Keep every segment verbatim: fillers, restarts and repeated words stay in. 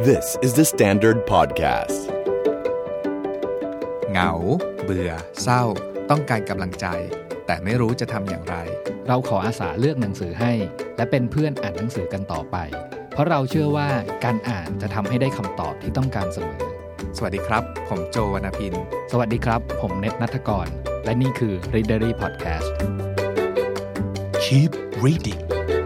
This is the Standard Podcast เหงาเบื่อเศร้าต้องการกำลังใจแต่ไม่รู้จะทำอย่างไรเราขออาสาเลือกหนังสือให้และเป็นเพื่อนอ่านหนังสือกันต่อไปเพราะเราเชื่อว่าการอ่านจะทำให้ได้คำตอบที่ต้องการเสมอสวัสดีครับผมโจวรรณพินสวัสดีครับผมเนตณัฐกรและนี่คือ Readery Podcast Keep reading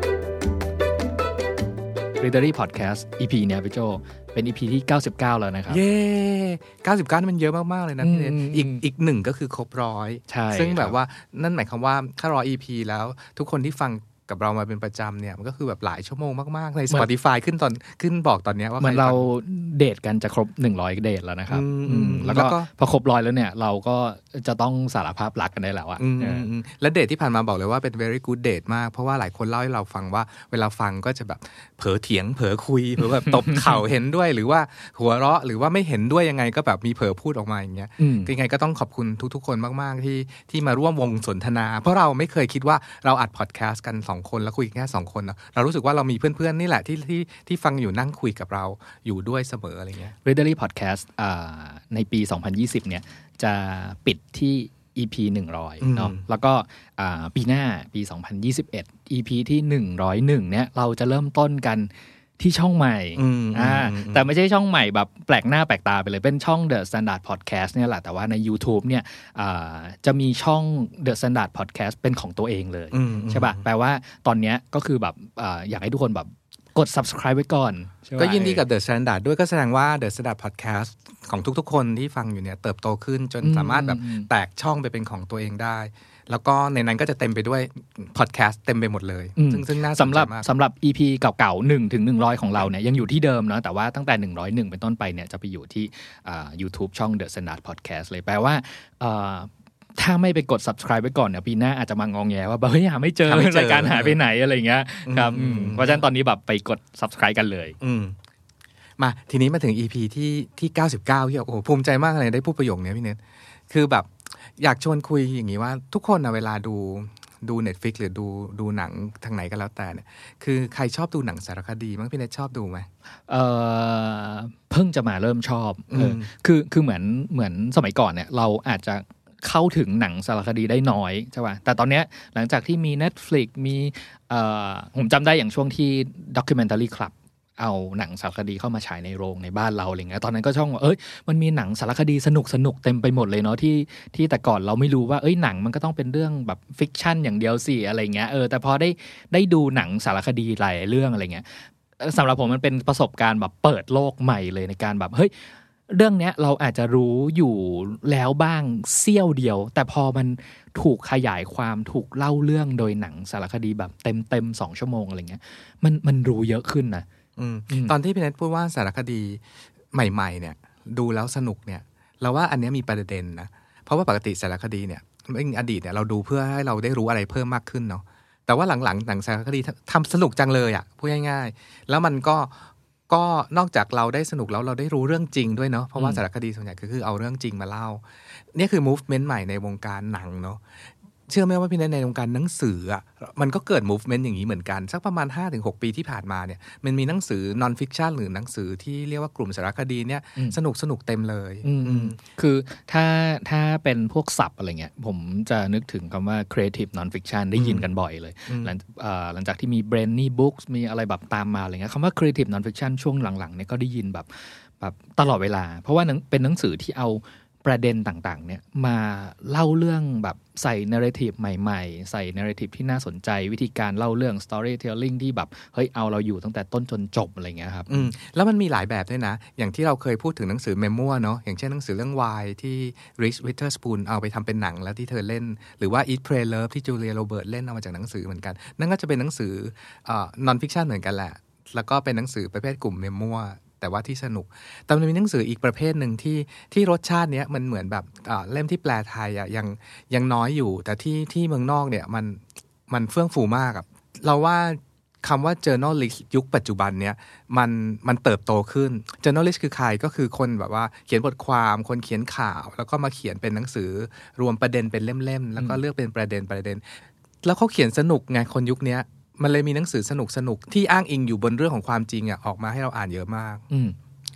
Readery Podcast อี พี เนี่ยพี่โจเป็น อี พี ที่เก้าสิบเก้าแล้วนะครับเย้เก้าสิบเก้านี่มันเยอะมากๆเลยนะพี่เนตอีกอีกหนึ่งก็คือครบร้อยซึ่งแบบว่านั่นหมายความว่าถ้าร้อย อี พี แล้วทุกคนที่ฟังกับเรามาเป็นประจำเนี่ยมันก็คือแบบหลายชั่วโมงมากๆใน Spotify ขึ้นตอนขึ้นบอกตอนนี้ว่าเหมือนเราเดทกันจะครบหนึ่งร้อยเดทแล้วนะครับแล้วก็พอครบร้อยแล้วเนี่ยเราก็จะต้องสารภาพรักกันได้แล้วอะและเดทที่ผ่านมาบอกเลยว่าเป็น very good date มากเพราะว่าหลายคนเล่าให้เราฟังว่าเวลาฟังก็จะแบบเผลอเถียงเผลอคุยเผลอแบบตบเข่าเห็นด้วยหรือว่าหัวเราะหรือว่าไม่เห็นด้วยยังไงก็แบบมีเผลอพูดออกมาอย่างเงี้ยยังไงก็ต้องขอบคุณทุกๆคนมากๆที่ที่มาร่วมวงสนทนาเพราะเราไม่เคยคิดว่าเราอัดพอดแคสต์กันสองคนแล้วคุยแค่สองคนนะเรารู้สึกว่าเรามีเพื่อนๆนี่แหละที่ที่ที่ฟังอยู่นั่งคุยกับเราอยู่ด้วยเสมออะไรเงี้ย Readery Podcast อ่าในปีสองพันยี่สิบเนี่ยจะปิดที่ อี พี หนึ่งร้อยเนาะแล้วก็อ่าปีหน้าปีสองพันยี่สิบเอ็ด อี พี ที่หนึ่งร้อยเอ็ดเนี่ยเราจะเริ่มต้นกันที่ช่องใหม่อ่าแต่ไม่ใช่ช่องใหม่แบบแปลกหน้าแปลกตาไปเลยเป็นช่อง The Standard Podcast เนี่ยแหละแต่ว่าใน YouTube เนี่ยอ่าจะมีช่อง The Standard Podcast เป็นของตัวเองเลยใช่ป่ะแปลว่าตอนเนี้ยก็คือแบบอ่าอยากให้ทุกคนแบบกด Subscribe ไว้ก่อนก็ยินดีกับ The Standard ด้วยก็แสดงว่า The Standard Podcast ของทุกๆคนที่ฟังอยู่เนี่ยเติบโตขึ้นจนสามารถแบบแตกช่องไปเป็นของตัวเองได้แล้วก็ในนั้นก็จะเต็มไปด้วยพอดแคสต์เต็มไปหมดเลยซึ่งซึ่งน่าสนใจมากสำหรับ อี พี เก่าๆหนึ่งถึงหนึ่งร้อยของเราเนี่ยยังอยู่ที่เดิมเนาะแต่ว่าตั้งแต่หนึ่งร้อยเอ็ดเป็นต้นไปเนี่ยจะไปอยู่ที่อ่า YouTube ช่อง The Standard Podcast เลยแปลว่าอ่าถ้าไม่ไปกด Subscribe ไว้ก่อนเนี่ยปีหน้าอาจจะมางองแงว่าเฮ้ยหาไม่เจอรายการหายไปไหนอะไรเงี้ยครับเพราะฉะนั้นตอนนี้แบบไปกด Subscribe กันเลยมาทีนี้มาถึง อี พี ที่ที่เก้าสิบเก้าที่โอ้โหภูมิใจมากเลยได้พูดประโยคนี้พี่เนทคือแบบอยากชวนคุยอย่างนี้ว่าทุกคนนะเวลาดูดู Netflix หรือดูดูหนังทางไหนก็แล้วแต่เนี่ยคือใครชอบดูหนังสารคดีมั้งพี่เนทชอบดูไหมเอ่อเพิ่งจะมาเริ่มชอบเออคือคือเหมือนเหมือนสมัยก่อนเนี่ยเราอาจจะเข้าถึงหนังสารคดีได้น้อยใช่ป่ะแต่ตอนเนี้ยหลังจากที่มี Netflix มีเอ่อผมจำได้อย่างช่วงที่ Documentary Clubเอาหนังสารคดีเข้ามาฉายในโรงในบ้านเราอะไรเงี้ยตอนนั้นก็ช่องว่าเอ้ยมันมีหนังสารคดีสนุกสนุกเต็มไปหมดเลยเนาะที่ที่แต่ก่อนเราไม่รู้ว่าเอ้ยหนังมันก็ต้องเป็นเรื่องแบบฟิกชันอย่างเดียวสิอะไรเงี้ยเออแต่พอได้ได้ดูหนังสารคดีหลายเรื่องอะไรเงี้ยสำหรับผมมันเป็นประสบการณ์แบบเปิดโลกใหม่เลยในการแบบเฮ้ยเรื่องเนี้ยเราอาจจะรู้อยู่แล้วบ้างเสี้ยวเดียวแต่พอมันถูกขยายความถูกเล่าเรื่องโดยหนังสารคดีแบบเต็มเต็มสองชั่วโมงอะไรเงี้ยมันมันรู้เยอะขึ้นนะตอนที่พี่เนทพูดว่าสารคดีใหม่ๆเนี่ยดูแล้วสนุกเนี่ยเราว่าอันนี้มีประเด็นนะเพราะว่าปกติสารคดีเนี่ยอดีตเนี่ยเราดูเพื่อให้เราได้รู้อะไรเพิ่มมากขึ้นเนาะแต่ว่าหลังๆหนังสารคดีทำสนุกจังเลยอ่ะพูดง่ายๆแล้วมันก็ก็นอกจากเราได้สนุกแล้วเราได้รู้เรื่องจริงด้วยเนาะเพราะว่าสารคดีส่วนใหญ่คือเอาเรื่องจริงมาเล่านี่คือ movement ใหม่ในวงการหนังเนาะเชื่อไหมว่าพี่เนทในวงการหนังสืออ่ะมันก็เกิด movement อย่างนี้เหมือนกันสักประมาณ ห้าถึงหก ปีที่ผ่านมาเนี่ยมันมีหนังสือ non fiction หรือหนังสือที่เรียกว่ากลุ่มสารคดีเนี่ยสนุกสนุกเต็มเลยคือถ้าถ้าเป็นพวกศัพท์อะไรเงี้ยผมจะนึกถึงคำว่า creative non fiction ได้ยินกันบ่อยเลยหลังหลังจากที่มี Brainy Books มีอะไรแบบตามมาอะไรเงี้ยคำว่า creative non fiction ช่วงหลังๆเนี่ยก็ได้ยินแบบแบบตลอดเวลาเพราะว่าเป็นหนังสือที่เอาประเด็นต่างๆเนี่ยมาเล่าเรื่องแบบใส่ narrative ใหม่ๆใส่ narrative ที่น่าสนใจวิธีการเล่าเรื่อง storytelling ที่แบบเฮ้ยเอาเราอยู่ตั้งแต่ต้นจนจบอะไรเงี้ยครับอืมแล้วมันมีหลายแบบด้วยนะอย่างที่เราเคยพูดถึงหนังสือ memoir เนาะอย่างเช่นหนังสือเรื่อง Why ที่ Reese Witherspoon เอาไปทำเป็นหนังแล้วที่เธอเล่นหรือว่า Eat Pray Love ที่ Julia Roberts เล่นเอามาจากหนังสือเหมือนกันนั่นก็จะเป็นหนังสือเอ่อ non fiction เหมือนกันแหละแล้วก็เป็นหนังสือประเภทกลุ่ม memoirแต่ว่าที่สนุกแต่มันมีหนังสืออีกประเภทหนึ่งที่ที่รสชาติเนี้ยมันเหมือนแบบเล่มที่แปลไทยอ่ะยังยังน้อยอยู่แต่ที่ที่เมืองนอกเนี่ยมันมันเฟื่องฟูมากอ่ะเราว่าคำว่า journalist ยุคปัจจุบันเนี้ยมันมันเติบโตขึ้น journalist คือใครก็คือคนแบบว่าเขียนบทความคนเขียนข่าวแล้วก็มาเขียนเป็นหนังสือรวมประเด็นเป็นเล่มๆแล้วก็เลือกเป็นประเด็นประเด็นแล้วเขาเขียนสนุกไงคนยุคนี้มันเลยมีหนังสือสนุกๆที่อ้างอิงอยู่บนเรื่องของความจริงอ่ะออกมาให้เราอ่านเยอะมากอืม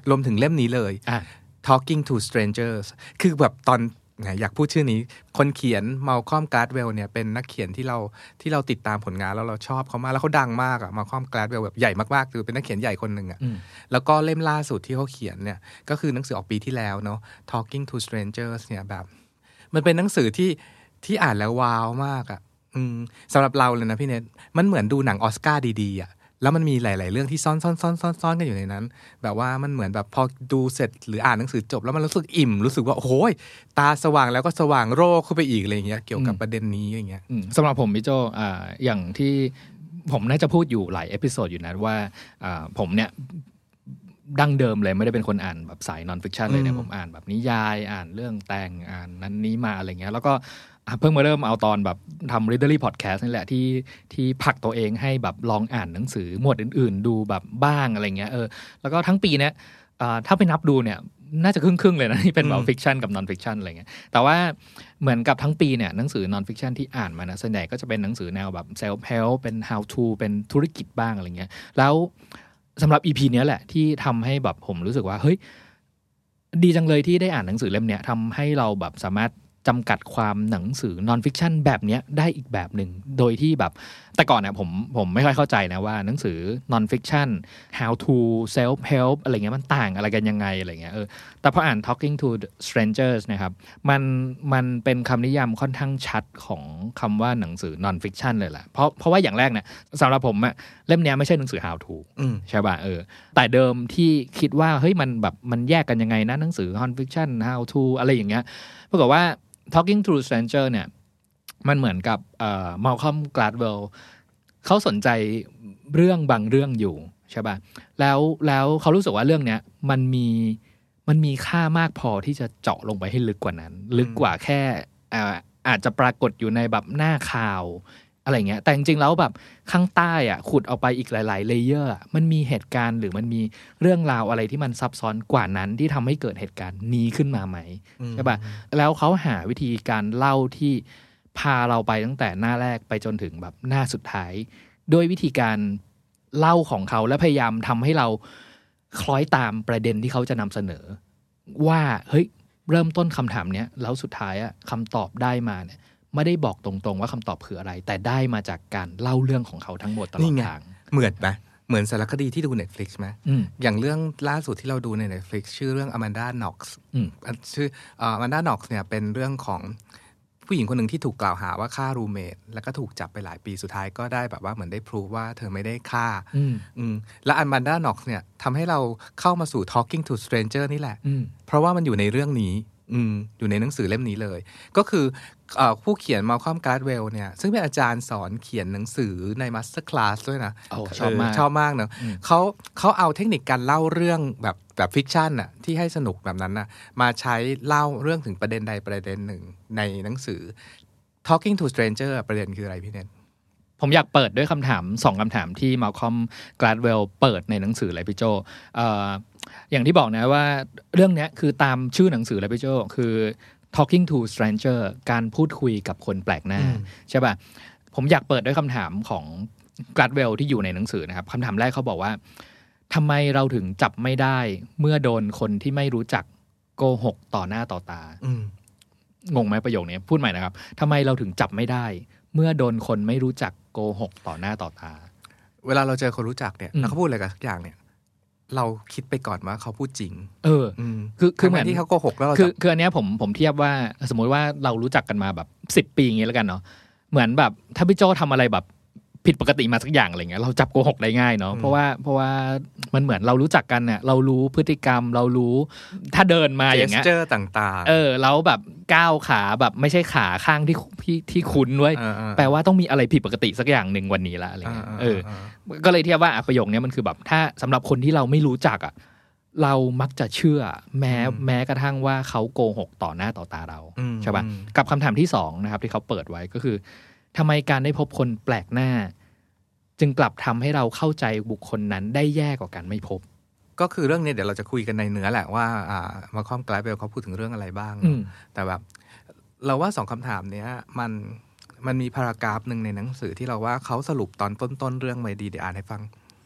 รวมถึงเล่มนี้เลย Talking to Strangers คือแบบตอนอยากพูดชื่อนี้คนเขียน Malcolm Gladwell เนี่ยเป็นนักเขียนที่เราที่เราติดตามผลงานแล้วเราชอบเขามากแล้วเขาดังมากอะ Malcolm Gladwell แบบใหญ่มากๆคือเป็นนักเขียนใหญ่คนหนึ่งอะแล้วก็เล่มล่าสุดที่เขาเขียนเนี่ยก็คือหนังสือออกปีที่แล้วเนาะ Talking to Strangers เนี่ยแบบมันเป็นหนังสือที่ที่อ่านแล้วว้าวมากอะอืมสำหรับเราเลยนะพี่เนทมันเหมือนดูหนังออสการ์ดีๆอะแล้วมันมีหลายๆเรื่องที่ซ่อนๆๆๆๆกันอยู่ในนั้นแบบว่ามันเหมือนแบบพอดูเสร็จหรืออ่านหนังสือจบแล้วมันรู้สึกอิ่มรู้สึกว่าโอ้ยตาสว่างแล้วก็สว่างโรคขึ้นไปอีกอะไรอย่างเงี้ยเกี่ยวกับประเด็นนี้อย่างเงี้ยสำหรับผมพี่โจอ่าอย่างที่ผมน่าจะพูดอยู่หลายเอพิโซดอยู่นะว่าอ่าผมเนี่ยดั้งเดิมเลยไม่ได้เป็นคนอ่านแบบสายนอนฟิกชันเลยเนี่ยผมอ่านแบบนิยายอ่านเรื่องแต่งอ่านนั้นนี้มาอะไรเงี้ยแล้วก็เพิ่งมาเริ่มเอาตอนแบบทำ Readerly Podcast นี่แหละที่ที่ผลักตัวเองให้แบบลองอ่านหนังสือหมวดอื่นๆดูแบบบ้างอะไรเงี้ยเออแล้วก็ทั้งปีเนี้ยถ้าไปนับดูเนี่ยน่าจะครึ่งๆเลยนะที่เป็นแบบฟิกชันกับนอนฟิกชันอะไรเงี้ยแต่ว่าเหมือนกับทั้งปีเนี่ยหนังสือนอนฟิกชันที่อ่านมานะส่วนใหญ่ก็จะเป็นหนังสือแนวแบบ self help เป็น how to เป็นธุรกิจบ้างอะไรเงี้ยแล้วสำหรับ อี พี เนี้ยแหละที่ทำให้แบบผมรู้สึกว่าเฮ้ยดีจังเลยที่ได้อ่านหนังสือเล่มเนี้ยทำให้เราแบบสามารถจำกัดความหนังสือนอนฟิกชันแบบนี้ได้อีกแบบหนึ่งโดยที่แบบแต่ก่อนเนี่ยผมผมไม่ค่อยเข้าใจนะว่าหนังสือนอนฟิกชัน how to self help อะไรเงี้ยมันต่างอะไรกันยังไงอะไรเงี้ยเออแต่พออ่าน Talking to Strangers นะครับมันมันเป็นคำนิยามค่อนข้างชัดของคำว่าหนังสือนอนฟิกชันเลยแหละเพราะเพราะว่าอย่างแรกเนี่ยสำหรับผมอะเล่มนี้ไม่ใช่หนังสือ how to ใช่ป่ะเออแต่เดิมที่คิดว่าเฮ้ยมันแบบมันแยกกันยังไงนะหนังสือนอนฟิกชัน how to อะไรอย่างเงี้ยปรากฏว่าTalking to Stranger เนี่ยมันเหมือนกับเอ่อ Malcolm Gladwell เขาสนใจเรื่องบางเรื่องอยู่ใช่ป่ะแล้วแล้วเขารู้สึกว่าเรื่องเนี้ยมันมีมันมีค่ามากพอที่จะเจาะลงไปให้ลึกกว่านั้นลึกกว่าแค่อ่าอาจจะปรากฏอยู่ในแบบหน้าข่าวอะไรเงี้ยแต่จริงๆแล้วแบบข้างใต้อ่ะขุดเอาไปอีกหลายๆเลเยอร์มันมีเหตุการณ์หรือมันมีเรื่องราวอะไรที่มันซับซ้อนกว่านั้นที่ทำให้เกิดเหตุการณ์นี้ขึ้นมาไหมใช่ป่ะแล้วเขาหาวิธีการเล่าที่พาเราไปตั้งแต่หน้าแรกไปจนถึงแบบหน้าสุดท้ายด้วยวิธีการเล่าของเขาและพยายามทำให้เราคล้อยตามประเด็นที่เขาจะนำเสนอว่าเฮ้ยเริ่มต้นคำถามเนี้ยแล้วสุดท้ายอ่ะคำตอบได้มาเนี่ยไม่ได้บอกตรงๆว่าคำตอบคืออะไรแต่ได้มาจากการเล่าเรื่องของเขาทั้งหมดตลอดทางเหมือนไหมเหมือนสารคดีที่ดู Netflix ไหมอย่างเรื่องล่าสุดที่เราดูใน Netflix ชื่อเรื่อง Amanda Knox ชื่อ Amanda Knox เนี่ยเป็นเรื่องของผู้หญิงคนหนึ่งที่ถูกกล่าวหาว่าฆ่ารูเมทแล้วก็ถูกจับไปหลายปีสุดท้ายก็ได้แบบว่าเหมือนได้พรูฟว่าเธอไม่ได้ฆ่าและ Amanda Knox เนี่ยทำให้เราเข้ามาสู่ Talking to Stranger นี่แหละเพราะว่ามันอยู่ในเรื่องนี้อยู่ในหนังสือเล่มนี้เลยก็คือผู้เขียน Malcolm Gladwell เนี่ยซึ่งเป็นอาจารย์สอนเขียนหนังสือใน Master Class ด้วยนะชอบมากชอบมากเนอะเขาเขาเอาเทคนิคการเล่าเรื่องแบบแบบฟิกชันน่ะที่ให้สนุกแบบนั้นน่ะมาใช้เล่าเรื่องถึงประเด็นใดประเด็นหนึ่งในหนังสือ Talking to Stranger ประเด็นคืออะไรพี่เนทผมอยากเปิดด้วยคำถามสองคำถามที่ Malcolm Gladwell เปิดในหนังสือเลยพี่โจอย่างที่บอกนะว่าเรื่องนี้คือตามชื่อหนังสือเลยพี่โจคือ Talking to Stranger การพูดคุยกับคนแปลกหน้าใช่ป่ะผมอยากเปิดด้วยคำถามของ Gladwell ที่อยู่ในหนังสือนะครับคำถามแรกเขาบอกว่าทำไมเราถึงจับไม่ได้เมื่อโดนคนที่ไม่รู้จักโกหกต่อหน้าต่อตางงไหมประโยคนี้พูดใหม่นะครับทำไมเราถึงจับไม่ได้เมื่อโดนคนไม่รู้จักโกหกต่อหน้าต่อตาเวลาเราเจอคนรู้จักเนี่ยแล้วเขาพูดอะไรกันสักอย่างเนี่ยเราคิดไปก่อนว่าเขาพูดจริงเออคือคือเหมือนที่เขาโกหกแล้วเราคือคืออันเนี้ยผมผมเทียบว่าสมมุติว่าเรารู้จักกันมาแบบสิบปีอย่างเงี้ยแล้วกันเนาะเหมือนแบบถ้าพี่โจทำอะไรแบบผิดปกติมาสักอย่างอะไรเงี้ยเราจับโกหกได้ง่ายเนาะเพราะว่าเพราะว่ามันเหมือนเรารู้จักกันเนี่ยเรารู้พฤติกรรมเรารู้ถ้าเดินมาอย่างเงี้ย gesture ต่างๆเออแล้วแบบก้าวขาแบบไม่ใช่ขาข้างที่ที่ที่คุ้นด้วยแปลว่าต้องมีอะไรผิดปกติสักอย่างหนึ่งวันนี้ละอะไรเงี้ยเออก็เลยเทียบว่าประโยคนี้มันคือแบบถ้าสำหรับคนที่เราไม่รู้จักอ่ะเรามักจะเชื่อแม้แม้กระทั่งว่าเขาโกหกต่อหน้าต่อตาเราใช่ป่ะกับคำถามที่สองนะครับที่เขาเปิดไว้ก็คือทำไมการได้พบคนแปลกหน้าจึงกลับทำให้เราเข้าใจบุคคลนั้นได้แย่กว่าการไม่พบก็คือเรื่องนี้เดี๋ยวเราจะคุยกันในเนื้อแหละว่าอ่ามาคอม Gladwell เขาพูดถึงเรื่องอะไรบ้างแต่แบบเราว่าสองคำถามเนี้ยมันมันมีพารากราฟหนึ่งในหนังสือที่เราว่าเขาสรุปตอนต้นๆเรื่องไว้ดีเดี๋ยวอ่านให้ฟัง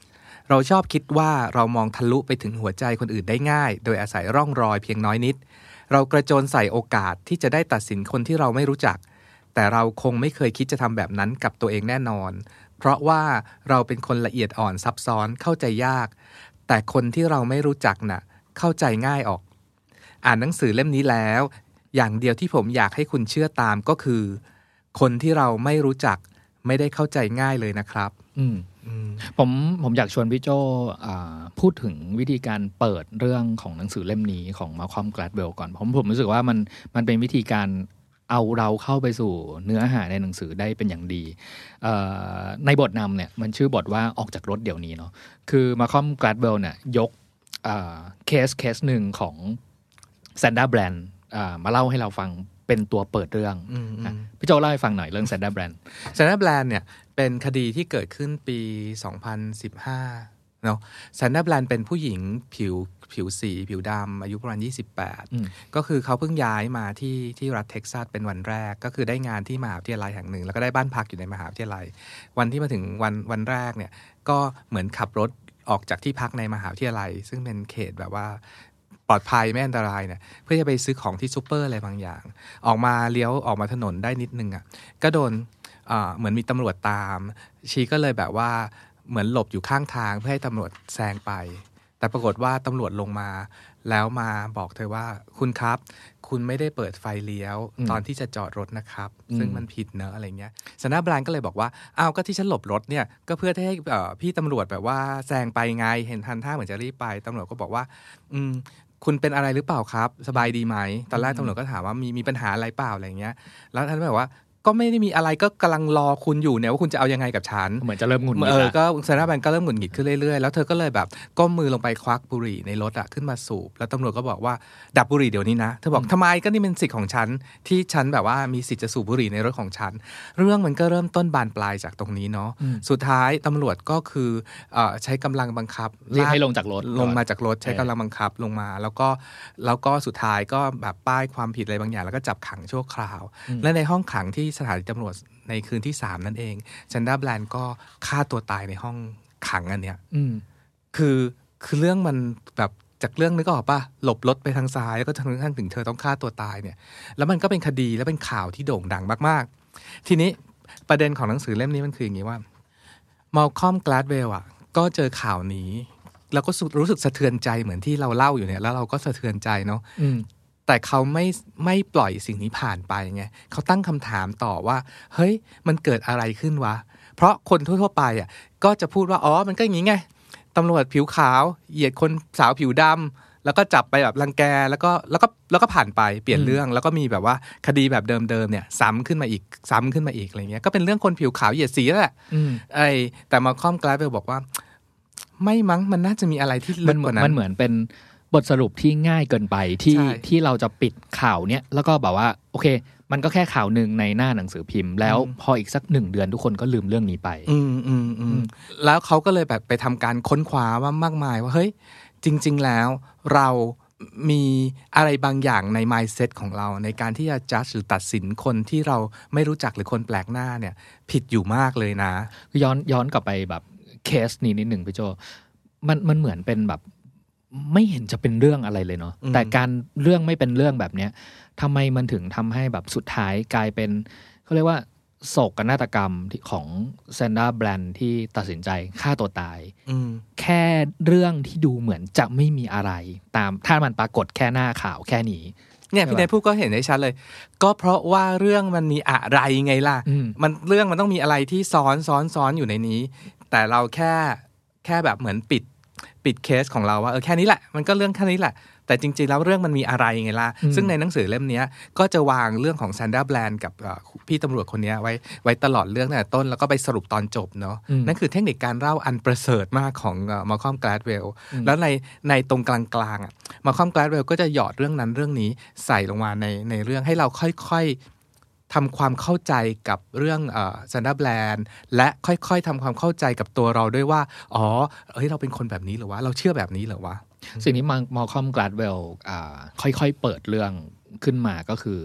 เราชอบคิดว่าเรามองทะลุไปถึงหัวใจคนอื่นได้ง่ายโดยอาศัยร่องรอยเพียงน้อยนิดเรากระโจนใส่โอกาสที่จะได้ตัดสินคนที่เราไม่รู้จักแต่เราคงไม่เคยคิดจะทำแบบนั้นกับตัวเองแน่นอนเพราะว่าเราเป็นคนละเอียดอ่อนซับซ้อนเข้าใจยากแต่คนที่เราไม่รู้จักน่ะเข้าใจง่ายออกอ่านหนังสือเล่มนี้แล้วอย่างเดียวที่ผมอยากให้คุณเชื่อตามก็คือคนที่เราไม่รู้จักไม่ได้เข้าใจง่ายเลยนะครับอืมผมผมอยากชวนพี่โจพูดถึงวิธีการเปิดเรื่องของหนังสือเล่มนี้ของ Malcolm Gladwell ก่อนผมผมรู้สึกว่ามันมันเป็นวิธีการเอาเราเข้าไปสู่เนื้อหาในหนังสือได้เป็นอย่างดีในบทนำเนี่ยมันชื่อบทว่าออกจากรถเดี๋ยวนี้เนาะคือ Malcolm Gladwell เนี่ยยกเคสเคสหนึ่งของแซนด้าแบรนด์มาเล่าให้เราฟังเป็นตัวเปิดเรื่องพี่โจเล่าให้ฟังหน่อยเรื่องแซนด้าแบรนด์แซนด้าแบรนด์เนี่ยเป็นคดีที่เกิดขึ้นปีสองพันสิบห้าเนาะแซนด้าแบรนด์เป็นผู้หญิงผิวผิวสีผิวดำอายุประมาณยี่สิบแปดก็คือเขาเพิ่งย้ายมาที่ที่รัฐเท็กซัสเป็นวันแรกก็คือได้งานที่มหาวิทยาลัยแห่งหนึ่งแล้วก็ได้บ้านพักอยู่ในมหาวิทยาลัยวันที่มาถึงวันวันแรกเนี่ยก็เหมือนขับรถออกจากที่พักในมหาวิทยาลัยซึ่งเป็นเขตแบบว่าปลอดภัยไม่อันตรายเนี่ยเพื่อจะไปซื้อของที่ซูเปอร์อะไรบางอย่างออกมาเลี้ยวออกมาถนนได้นิดนึงอ่ะก็โดนเหมือนมีตำรวจตามชีก็เลยแบบว่าเหมือนหลบอยู่ข้างทางเพื่อให้ตำรวจแซงไปแต่ปรากฏว่าตำรวจลงมาแล้วมาบอกเธอว่าคุณครับคุณไม่ได้เปิดไฟเลี้ยวตอนที่จะจอดรถนะครับซึ่งมันผิดเนอะอะไรเงี้ยซาน่าแบรนด์ก็เลยบอกว่าอ้าวก็ที่ฉันหลบรถเนี่ยก็เพื่อให้พี่ตำรวจแบบว่าแซงไปไงเห็นทันท่าเหมือนจะรีบไปตำรวจก็บอกว่าอืมคุณเป็นอะไรหรือเปล่าครับสบายดีไหมตอนแรกตำรวจก็ถามว่ามีมีปัญหาอะไรเปล่าอะไรเงี้ยแล้วท่านบอกว่าก็ไม่ได้มีอะไรก็กำลังรอคุณอยู่เนี่ยว่าคุณจะเอายังไงกับฉันเหมือนจะเริ่มหงุดหงิดเออก็ซาน่าแบรนด์ก็เริ่มหงุดหงิดขึ้นเรื่อยๆแล้วเธอก็เลยแบบก้มมือลงไปควักบุหรี่ในรถอะขึ้นมาสูบแล้วตำรวจก็บอกว่าดับบุหรี่เดี๋ยวนี้นะเธอบอกทำไมก็นี่เป็นสิทธิ์ของฉันที่ฉันแบบว่ามีสิทธิ์จะสูบบุหรี่ในรถของฉันเรื่องมันก็เริ่มต้นบานปลายจากตรงนี้เนาะสุดท้ายตำรวจก็คือใช้กำลังบังคับเรียกให้ลงจากรถลงมาจากรถใช้กำลังบังคับลงมาแล้วก็แล้วก็สุดท้ายก็แบบป้ายความผิดอะไรบางอย่างแล้วก็จับขังชั่วคราวและในห้องขังที่สถานีตำรวจในคืนที่สามนั่นเองแซนด้าแบรนด์ก็ฆ่าตัวตายในห้องขังอันเนี้ยคือคือเรื่องมันแบบจากเรื่องนึกออกป่ะหลบรถไปทางซ้ายแล้วก็ถึงขั้นถึงเธอต้องฆ่าตัวตายเนี่ยแล้วมันก็เป็นคดีและเป็นข่าวที่โด่งดังมากๆทีนี้ประเด็นของหนังสือเล่มนี้มันคืออย่างนี้ว่ามัลคอม กลาดเวลล์อ่ะก็เจอข่าวนี้แล้วก็รู้สึกสะเทือนใจเหมือนที่เราเล่าอยู่เนี่ยแล้วเราก็สะเทือนใจเนาะแต่เขาไม่ไม่ปล่อยสิ่งนี้ผ่านไปไงเขาตั้งคำถามต่อว่าเฮ้ยมันเกิดอะไรขึ้นวะเพราะคนทั่วๆไปอ่ะก็จะพูดว่าอ๋อมันก็อย่างนี้ไงตำรวจผิวขาวเหยียดคนสาวผิวดำแล้วก็จับไปแบบรังแกแล้วก็แล้วก็แล้วก็ผ่านไปเปลี่ยนเรื่องแล้วก็มีแบบว่าคดีแบบเดิมๆเนี่ยซ้ำขึ้นมาอีกซ้ำขึ้นมาอีกอะไรเงี้ยก็เป็นเรื่องคนผิวขาวเหยียดสีแหละไอ้แต่มัลคอม กลาดเวลล์บอกว่าไม่มั้งมันน่าจะมีอะไรที่ลึกกว่านั้นมันเหมือนเป็นบทสรุปที่ง่ายเกินไปที่ที่เราจะปิดข่าวเนี้ยแล้วก็แบบว่าโอเคมันก็แค่ข่าวหนึ่งในหน้าหนังสือพิมพ์แล้วพออีกสักหนึ่งเดือนทุกคนก็ลืมเรื่องนี้ไปอืมอืมอืมแล้วเขาก็เลยแบบไปทำการค้นคว้าว่ามากมายว่าเฮ้ยจริงๆแล้วเรามีอะไรบางอย่างใน mindset ของเราในการที่จะ judge หรือตัดสินคนที่เราไม่รู้จักหรือคนแปลกหน้าเนี่ยผิดอยู่มากเลยนะย้อนย้อนกลับไปแบบเคสนี้นิดหนึ่งพี่โจมันมันเหมือนเป็นแบบไม่เห็นจะเป็นเรื่องอะไรเลยเนาะแต่การเรื่องไม่เป็นเรื่องแบบเนี้ยทำไมมันถึงทำให้แบบสุดท้ายกลายเป็นเขาเรียกว่าโศกนาฏกรรมของแซนด้าแบรนด์ที่ตัดสินใจฆ่าตัวตายแค่เรื่องที่ดูเหมือนจะไม่มีอะไรตามถ้ามันปรากฏแค่หน้าข่าวแค่นี้เนี่ยพี่นายพูดก็เห็นได้ชัดเลยก็เพราะว่าเรื่องมันมีอะไรไงล่ะมันเรื่องมันต้องมีอะไรที่ซ้อนซ้อนซ้อนอยู่ในนี้แต่เราแค่แค่แบบเหมือนปิดปิดเคสของเราว่าเออแค่นี้แหละมันก็เรื่องแค่นี้แหละแต่จริงๆแล้วเรื่องมันมีอะไรไงล่ะซึ่งในหนังสือเล่มนี้ก็จะวางเรื่องของแซนด้าแบรนด์กับพี่ตำรวจคนนี้ไว้ไว้ตลอดเรื่องตั้งแต่ต้นแล้วก็ไปสรุปตอนจบเนาะนั่นคือเทคนิคการเล่าอันประเสริฐมากของมัลคอม กลาดเวลล์แล้วในในตรงกลางๆอ่ะมัลคอม กลาดเวลล์ก็จะหยอดเรื่องนั้นเรื่องนี้ใส่ลงมาในในเรื่องให้เราค่อยๆทำความเข้าใจกับเรื่องแซนด้าแบรนด์และค่อยๆทำความเข้าใจกับตัวเราด้วยว่าอ๋อเฮ้ยเราเป็นคนแบบนี้เหรอวะเราเชื่อแบบนี้เหรอวะสิ่งนี้มัลคอม กลาดเวลล์ค่อยๆเปิดเรื่องขึ้นมาก็คือ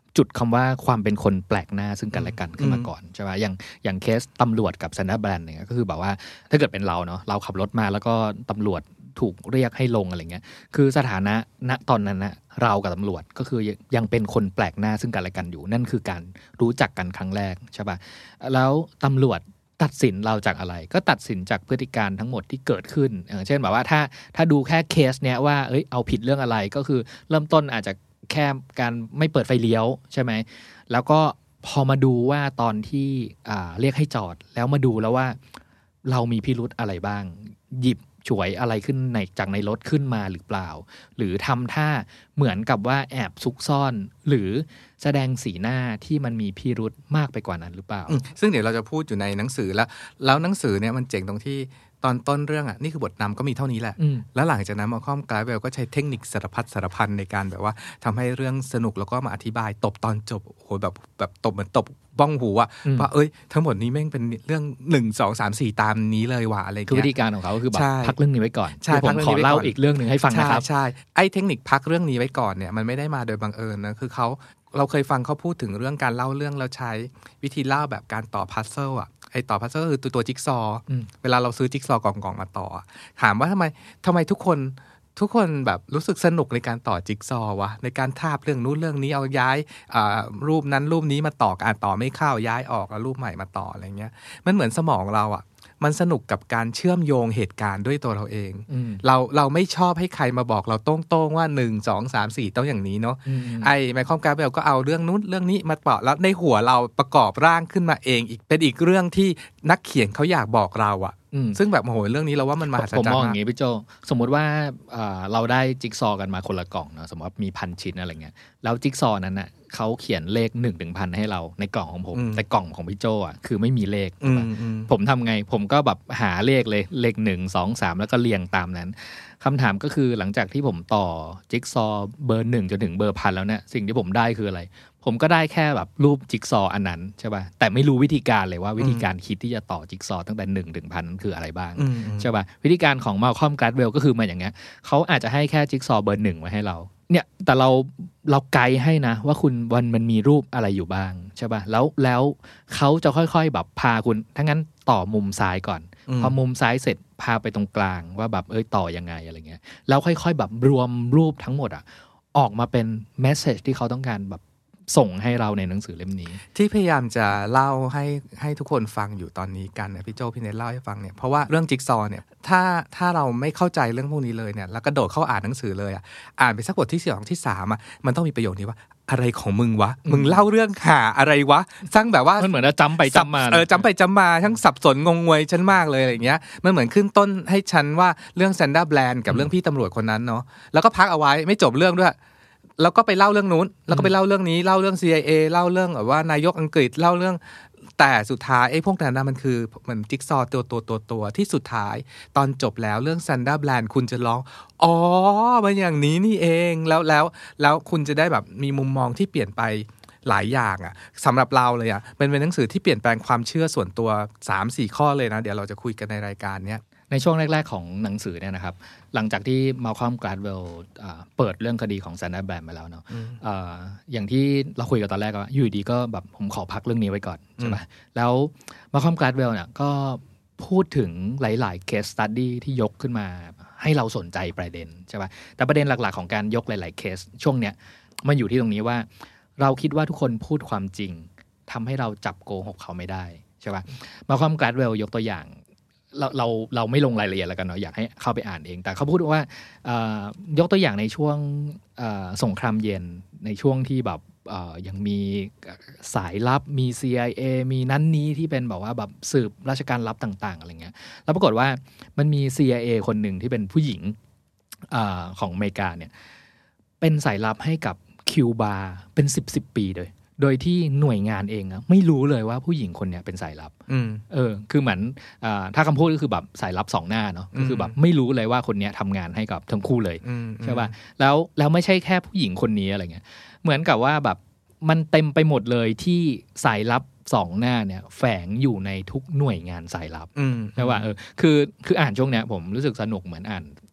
จุดคำว่าความเป็นคนแปลกหน้าซึ่งกันและกันขึ้นมาก่อนใช่ไหมอย่างอย่างเคสตำรวจกับซันดาแบรนด์เนี่ยก็คือแบบว่าถ้าเกิดเป็นเราเนาะเราขับรถมาแล้วก็ตำรวจถูกเรียกให้ลงอะไรเงี้ยคือสถานะณตอนนั้นนะเรากับตำรวจก็คือยังเป็นคนแปลกหน้าซึ่งกันและกันอยู่นั่นคือการรู้จักกันครั้งแรกใช่ป่ะแล้วตำรวจตัดสินเราจากอะไรก็ตัดสินจากพฤติการทั้งหมดที่เกิดขึ้นอย่างเช่นแบบว่าถ้าถ้าดูแค่เคสเนี้ยว่าเอ้ยเอาผิดเรื่องอะไรก็คือเริ่มต้นอาจจะแค่การไม่เปิดไฟเลี้ยวใช่ไหมแล้วก็พอมาดูว่าตอนที่อ่าเรียกให้จอดแล้วมาดูแล้วว่าเรามีพิรุธอะไรบ้างหยิบฉวยอะไรขึ้นในจากในรถขึ้นมาหรือเปล่าหรือทำท่าเหมือนกับว่าแอบซุกซ่อนหรือแสดงสีหน้าที่มันมีพิรุธมากไปกว่านั้นหรือเปล่าซึ่งเดี๋ยวเราจะพูดอยู่ในหนังสือแล้วแล้วหนังสือเนี่ยมันเจ๋งตรงที่ตอนต้นเรื่องอ่ะนี่คือบทนำก็มีเท่านี้แหละแล้วหลังจากนั้นมาค่อมกลายเวลก็ใช้เทคนิคสารพัดสารพันในการแบบว่าทำให้เรื่องสนุกแล้วก็มาอธิบายตบตอนจบโอ้โหแบบแบบตบเหมือนตบบ้องหูอะว่าเอ้ยทั้งหมดนี้แม่งเป็นเรื่องหนึ่ง สอง สาม สี่ตามนี้เลยว่ะอะไรเงี้ยคือวิธีการของเขาก็คือแบบพักเรื่องนี้ไว้ก่อนผมขอเล่าอีกเรื่องนึงให้ฟังนะครับใช่ไอ้เทคนิคพักเรื่องนี้ไว้ก่อนเนี่ยมันไม่ได้มาโดยบังเอิญนะคือเขาเราเคยฟังเขาพูดถึงเรื่องการเล่าเรื่องแล้วใช้วิธีเล่าแบบการต่อพัซเซิลอะไอ้ต่อพัซเซิลคือตัวตัวจิ๊กซอเวลาเราซื้อจิ๊กซอกล่องๆมาต่อถามว่าทำไมทำไมทุกคนทุกคนแบบรู้สึกสนุกในการต่อจิ๊กซอวะในการทาบเรื่องนู้นเรื่องนี้เอาย้ายรูปนั้นรูปนี้มาต่อการต่อไม่เข้าย้ายออกแล้วรูปใหม่มาต่ออะไรเงี้ยมันเหมือนสมองเราอะมันสนุกกับการเชื่อมโยงเหตุการณ์ด้วยตัวเราเองเราเราไม่ชอบให้ใครมาบอกเราโต้งๆว่าหนึ่ง สอง สาม สี่ต้องอย่างนี้เนาะไอ้ไมเคิล กราเวลก็เอาเรื่องนู้นเรื่องนี้มาต่อแล้วในหัวเราประกอบร่างขึ้นมาเองอีกเป็นอีกเรื่องที่นักเขียนเขาอยากบอกเราอะซึ่งแบบโอ้โหเรื่องนี้เราว่ามันมหัศจรรย์มากผมมองอย่างนี้พี่โจสมมุติว่าเราได้จิ๊กซอกันมาคนละกล่องเนาะสมมติว่ามีพันชิ้นอะไรเงี้ยแล้วจิ๊กซอนั้นน่ะเขาเขียนเลขหนึ่งถึงพันให้เราในกล่องของผมแต่กล่องของพี่โจอ่ะคือไม่มีเลขผมทำไงผมก็แบบหาเลขเลยเลขหนึ่งสองสามแล้วก็เรียงตามนั้นคำถามก็คือหลังจากที่ผมต่อจิ๊กซอเบอร์หนึ่งจนถึงเบอร์พันแล้วเนี่ยสิ่งที่ผมได้คืออะไรผมก็ได้แค่แบบรูปจิ๊กซออันนั้นใช่ป่ะแต่ไม่รู้วิธีการเลยว่าวิธีการคิดที่จะต่อจิ๊กซอตั้งแต่หนึ่งถึงพันคืออะไรบ้างใช่ป่ะวิธีการของมาลคอม กลาดเวลก็คือมาอย่างเงี้ยเขาอาจจะให้แค่จิ๊กซอเบอร์หนึ่งไว้ให้เราเนี่ยแต่เราเราไกด์ให้นะว่าคุณวันมันมีรูปอะไรอยู่บ้างใช่ป่ะแล้วแล้วเขาจะค่อยๆแบบพาคุณทั้งนั้นต่อมุมซ้ายก่อนพอมุมซ้ายเสร็จพาไปตรงกลางว่าแบบเอ้ยต่อยังไงอะไรเงี้ยแล้วค่อยๆแบบรวมรูปทั้งหมดอ่ะออกมาเป็นเมสเสจที่เขาต้องการแบบส่งให้เราในหนังสือเล่มนี้ที่พยายามจะเล่าให้ให้ทุกคนฟังอยู่ตอนนี้กันนะพี่โจพี่เนทเล่าให้ฟังเนี่ยเพราะว่าเรื่องจิ๊กซอเนี่ยถ้าถ้าเราไม่เข้าใจเรื่องพวกนี้เลยเนี่ยแล้วกระโดดเข้าอ่านหนังสือเลยอ่ะอ่านไปสักบทที่สองที่สามอ่ะมันต้องมีประโยคนี้ว่าอะไรของมึงวะมึงเล่าเรื่องหาอะไรวะสร้างแบบว่ามันเหมือนจะจำไปจำมาเออจำไปจำมาทั้งสับสนงงงวยฉันมากเลยอะไรอย่างเงี้ยมันเหมือนขึ้นต้นให้ฉันว่าเรื่องแซนด้าแบรนด์กับเรื่องพี่ตำรวจคนนั้นเนาะแล้วก็พักเอาไว้ไม่จบเรื่องด้วยแล้วก็ไปเล่าเรื่องนู้นแล้วก็ไปเล่าเรื่องนี้เล่าเรื่อง ซี ไอ เอ เล่าเรื่องแบบว่านายกอังกฤษเล่าเรื่องแต่สุดท้ายไอ้พวกนั้นนะมันคือเหมือนจิ๊กซอว์ตัวตัวตัวตัวที่สุดท้ายตอนจบแล้วเรื่องซันด้าแบรนด์คุณจะร้องอ๋อมันอย่างนี้นี่เองแล้วแล้วแล้วคุณจะได้แบบมีมุมมองที่เปลี่ยนไปหลายอย่างอ่ะสำหรับเราเลยอ่ะเป็นเป็นหนังสือที่เปลี่ยนแปลงความเชื่อส่วนตัว สามสี่ ข้อเลยนะเดี๋ยวเราจะคุยกันในรายการเนี้ยในช่วงแรกๆของหนังสือเนี่ยนะครับหลังจากที่มาลคอม กลาดเวลเปิดเรื่องคดีของซันด้าแบรนด์มาแล้วเนาะ อ, อย่างที่เราคุยกันตอนแรกว่าอยู่ดีก็แบบผมขอพักเรื่องนี้ไว้ก่อนใช่ไหมแล้วมาลคอม กลาดเวลเนี่ยก็พูดถึงหลายๆ case study ที่ยกขึ้นมาให้เราสนใจประเด็นใช่ป่ะแต่ประเด็นหลักๆของการยกหลายๆ case ช่วงเนี้ยมันอยู่ที่ตรงนี้ว่าเราคิดว่าทุกคนพูดความจริงทำให้เราจับโกหกเขาไม่ได้ใช่ป่ะมาลคอม กลาดเวลยกตัวอย่างเราเราเราไม่ลงรายละเอียดแล้วกันเนาะอยากให้เข้าไปอ่านเองแต่เขาพูดว่ายกตัวอย่างในช่วงสงครามเย็นในช่วงที่แบบยังมีสายลับมี ซี ไอ เอ มีนั้นนี้ที่เป็นแบบว่าแบบสืบราชการลับต่างๆอะไรเงี้ยแล้วปรากฏว่ามันมี ซี ไอ เอ คนหนึ่งที่เป็นผู้หญิงอของอเมริกาเนี่ยเป็นสายลับให้กับคิวบาเป็นสิบสิบปีเลยโดยที่หน่วยงานเองอะไม่รู้เลยว่าผู้หญิงคนเนี้ยเป็นสายลับเออคือเหมือนถ้าคำพูดก็คือแบบสายลับสองหน้าเนาะก็คือแบบไม่รู้เลยว่าคนเนี้ยทำงานให้กับทั้งคู่เลยใช่ป่ะแล้วแล้วไม่ใช่แค่ผู้หญิงคนนี้อะไรเงี้ยเหมือนกับว่าแบบมันเต็มไปหมดเลยที่สายลับสองหน้าเนี่ยแฝงอยู่ในทุกหน่วยงานสายลับใช่ป่ะเออคือคืออ่านช่วงเนี้ยผมรู้สึกสนุกเหมือนอ่าน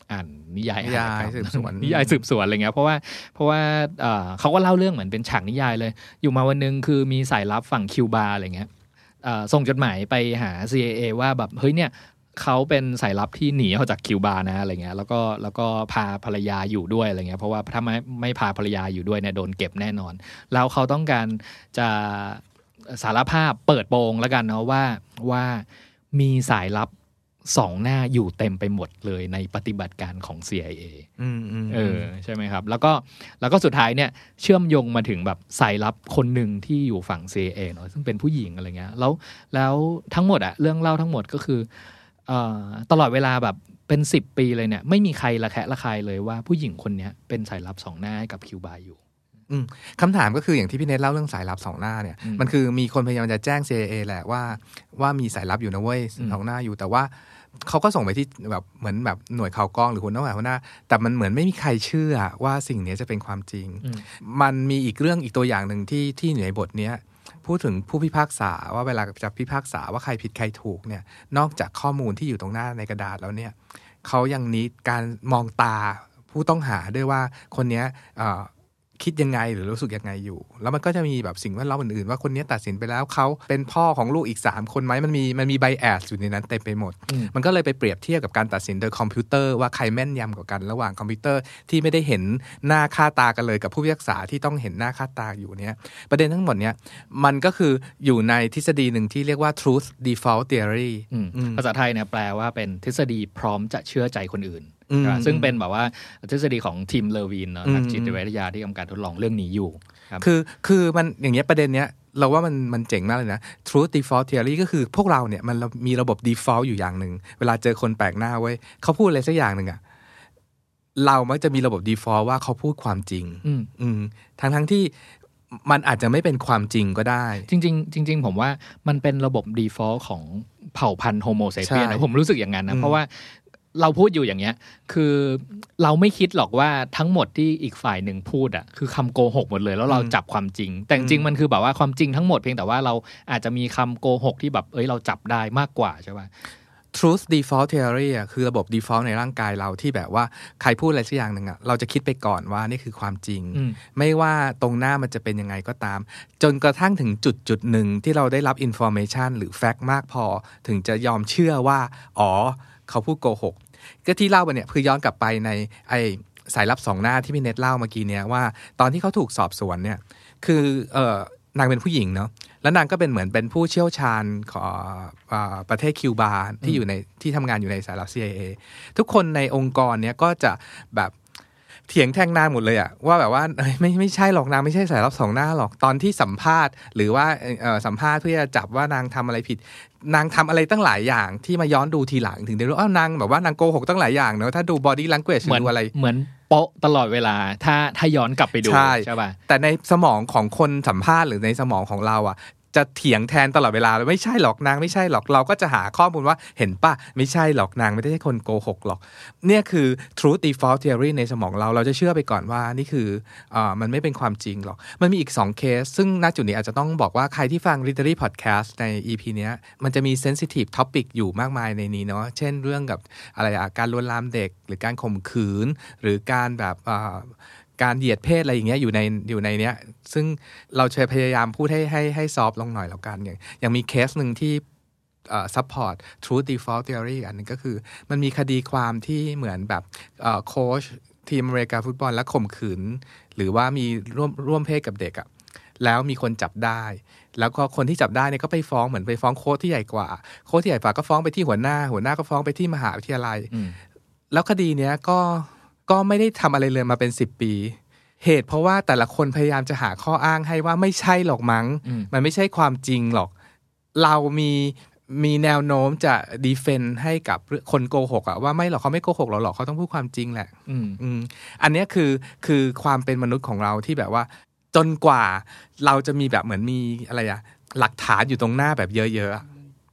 อ่านนิยายนิยายสืบสวนนิยายสืบสวนอะไรเงี้ยเพราะว่าเพราะว่าเอ่อเขาก็เล่าเรื่องเหมือนเป็นฉากนิยายเลยอยู่มาวันนึงคือมีสายลับฝั่งคิวบาอะไรเงี้ยเอ่อส่งจดหมายไปหา ซี ไอ เอ ว่าแบบเฮ้ยเนี่ยเขาเป็นสายลับที่หนีออกจากคิวบานะอะไรเงี้ยแล้วก็แล้วก็พาภรรยาอยู่ด้วยอะไรเงี้ยเพราะว่าถ้าไม่ไม่พาภรรยาอยู่ด้วยเนี่ยโดนเก็บแน่นอนแล้วเขาต้องการจะสารภาพเปิดโปงแล้วกันเนาะว่าว่ามีสายลับสองหน้าอยู่เต็มไปหมดเลยในปฏิบัติการของ ซี ไอ เออืมอืมเออใช่ไหมครับแล้วก็แล้วก็สุดท้ายเนี่ยเชื่อมโยงมาถึงแบบสายลับคนหนึ่งที่อยู่ฝั่ง ซี ไอ เอ เนาะซึ่งเป็นผู้หญิงอะไรเงี้ยแล้วแล้วทั้งหมดอะเรื่องเล่าทั้งหมดก็คือเอ่อตลอดเวลาแบบเป็นสิบปีเลยเนี่ยไม่มีใครระแคะระคายเลยว่าผู้หญิงคนนี้เป็นสายลับสองหน้าให้กับคิวบาอยู่คำถามก็คืออย่างที่พี่เนทเล่าเรื่องสายลับสองหน้าเนี่ยมันคือมีคนพยายามจะแจ้ง ซี ไอ เอ แหละว่าว่ามีสายลับอยู่นะเว้ยสองหน้าอยู่แต่ว่าเขาก็ส่งไปที่แบบเหมือนแบบหน่วยข่าวกรองหรือหัวหน้าหัวหน้าแต่มันเหมือนไม่มีใครเชื่อว่าสิ่งนี้จะเป็นความจริงมันมีอีกเรื่องอีกตัวอย่างหนึ่งที่ที่อยู่ในบทนี้พูดถึงผู้พิพากษาว่าเวลาจะพิพากษาว่าใครผิดใครถูกเนี่ยนอกจากข้อมูลที่อยู่ตรงหน้าในกระดาษแล้วเนี่ยเขายังนิดการมองตาผู้ต้องหาด้วยว่าคนนี้คิดยังไงหรือรู้สึกยังไงอยู่แล้วมันก็จะมีแบบสิ่งแวดล้อมอื่นๆว่าคนนี้ตัดสินไปแล้วเขาเป็นพ่อของลูกอีกสามคนไหมมันมีมันมีไบแอสอยู่ในนั้นเต็มไปหมดมันก็เลยไปเปรียบเทียบกับการตัดสินโดยคอมพิวเตอร์ว่าใครแม่นยำกว่ากันระหว่างคอมพิวเตอร์ที่ไม่ได้เห็นหน้าค่าตากันเลยกับผู้พิพากษาที่ต้องเห็นหน้าค่าตาอยู่เนี้ยประเด็นทั้งหมดเนี้ยมันก็คืออยู่ในทฤษฎีหนึ่งที่เรียกว่า truth default theory ภาษาไทยเนี่ยแปลว่าเป็นทฤษฎีพร้อมจะเชื่อใจคนอื่นซึ่งเป็นแบบว่าทฤษฎีของทีมเลอวินเนาะนักจิตวิทยาที่ทำการทดลองเรื่องนี้อยู่คือคือมันอย่างเงี้ยประเด็นเนี้ยเราว่ามันมันเจ๋งมากเลยนะ truth default theory ก็คือพวกเราเนี่ยมันมีระบบ default อยู่อย่างหนึ่งเวลาเจอคนแปลกหน้าเว้ยเขาพูดอะไรสักอย่างหนึ่งอะเรามักจะมีระบบ default ว่าเขาพูดความจริงอืมทั้งทั้งที่มันอาจจะไม่เป็นความจริงก็ได้จริงๆจริงๆผมว่ามันเป็นระบบ default ของเผ่าพันธุ์โฮโมเซเปียนนะผมรู้สึกอย่างนั้นนะเพราะว่าเราพูดอยู่อย่างเงี้ยคือเราไม่คิดหรอกว่าทั้งหมดที่อีกฝ่ายหนึ่งพูดอ่ะคือคำโกหกหมดเลยแล้วเราจับความจริงแต่จริงมันคือแบบว่าความจริงทั้งหมดเพียงแต่ว่าเราอาจจะมีคำโกหกที่แบบเอ้ยเราจับได้มากกว่าใช่ป่ะ truth default theory อ่ะคือระบบ default ในร่างกายเราที่แบบว่าใครพูดอะไรสักอย่างหนึ่งอ่ะเราจะคิดไปก่อนว่านี่คือความจริงไม่ว่าตรงหน้ามันจะเป็นยังไงก็ตามจนกระทั่งถึงจุดจุดหนึ่งที่เราได้รับ information หรือ fact มากพอถึงจะยอมเชื่อว่าอ๋อเขาพูดโกหกก็ที่เล่าไปเนี่ยคือย้อนกลับไปในไอ้สายลับสองหน้าที่พี่เน็ตเล่าเมื่อกี้เนี่ยว่าตอนที่เขาถูกสอบสวนเนี่ยคือเออนางเป็นผู้หญิงเนาะแล้วนางก็เป็นเหมือนเป็นผู้เชี่ยวชาญของประเทศคิวบาที่อยู่ในที่ทำงานอยู่ในสายลับ ซี ไอ เอ ทุกคนในองค์กรเนี่ยก็จะแบบเถียงแทงนางหมดเลยอะว่าแบบว่าไม่ไม่ใช่หรอกนางไม่ใช่สายลับสองหน้าหรอกตอนที่สัมภาษณ์หรือว่าสัมภาษณ์เพื่อจะจับว่านางทำอะไรผิดนางทำอะไรตั้งหลายอย่างที่มาย้อนดูทีหลังถึงได้รู้อ้าวนางแบบว่านางโกหกตั้งหลายอย่างเนอะถ้าดู body language หรือดูอะไรเหมือนโป๊ะตลอดเวลาถ้าถ้าย้อนกลับไปดูใช่ใช่ป่ะแต่ในสมองของคนสัมภาษณ์หรือในสมองของเราอะจะเถียงแทนตลอดเวลาเลยไม่ใช่หรอกนางไม่ใช่หรอกเราก็จะหาข้อมูลว่าเห็นป่ะไม่ใช่หรอกนางไม่ได้ใช่คนโกหกหรอกเนี่ยคือ truth default theory ในสมองเราเราจะเชื่อไปก่อนว่านี่คืออ่ามันไม่เป็นความจริงหรอกมันมีอีกสองเคสซึ่งณจุดนี้อาจจะต้องบอกว่าใครที่ฟัง Literary Podcast ใน อี พี เนี้ยมันจะมี sensitive topic อยู่มากมายในนี้เนาะเช่นเรื่องกับอะไรอ่ะการลวนลามเด็กหรือการข่มขืนหรือการแบบอ่าการเหยียดเพศอะไรอย่างเงี้ยอยู่ในอยู่ในเนี้ยซึ่งเราจะพยายามพูดให้ให้ให้ซอฟต์ลงหน่อยแล้วกันอย่างอย่างมีเคสหนึ่งที่เอ่อ support truth default theory อันนึงก็คือมันมีคดีความที่เหมือนแบบเอ่อโค้ชทีมอเมริกาฟุตบอลและข่มขืนหรือว่ามีร่วมร่วมเพศกับเด็กอ่ะแล้วมีคนจับได้แล้วก็คนที่จับได้เนี่ยก็ไปฟ้องเหมือนไปฟ้องโค้ชที่ใหญ่กว่าโค้ชที่ใหญ่กว่าก็ฟ้องไปที่หัวหน้าหัวหน้าก็ฟ้องไปที่มหาวิทยาลัยแล้วคดีเนี้ยก็ก็ไม่ได้ทำอะไรเลยมาเป็นสิบปีเหตุเพราะว่าแต่ละคนพยายามจะหาข้ออ้างให้ว่าไม่ใช่หรอกมั้งมันไม่ใช่ความจริงหรอกเรามีมีแนวโน้มจะดีเฟนต์ให้กับคนโกหกอะว่าไม่หรอกเขาไม่โกหกหรอกหรอกเขาต้องพูดความจริงแหละอืมอันนี้คือคือความเป็นมนุษย์ของเราที่แบบว่าจนกว่าเราจะมีแบบเหมือนมีอะไรอะหลักฐานอยู่ตรงหน้าแบบเยอะๆ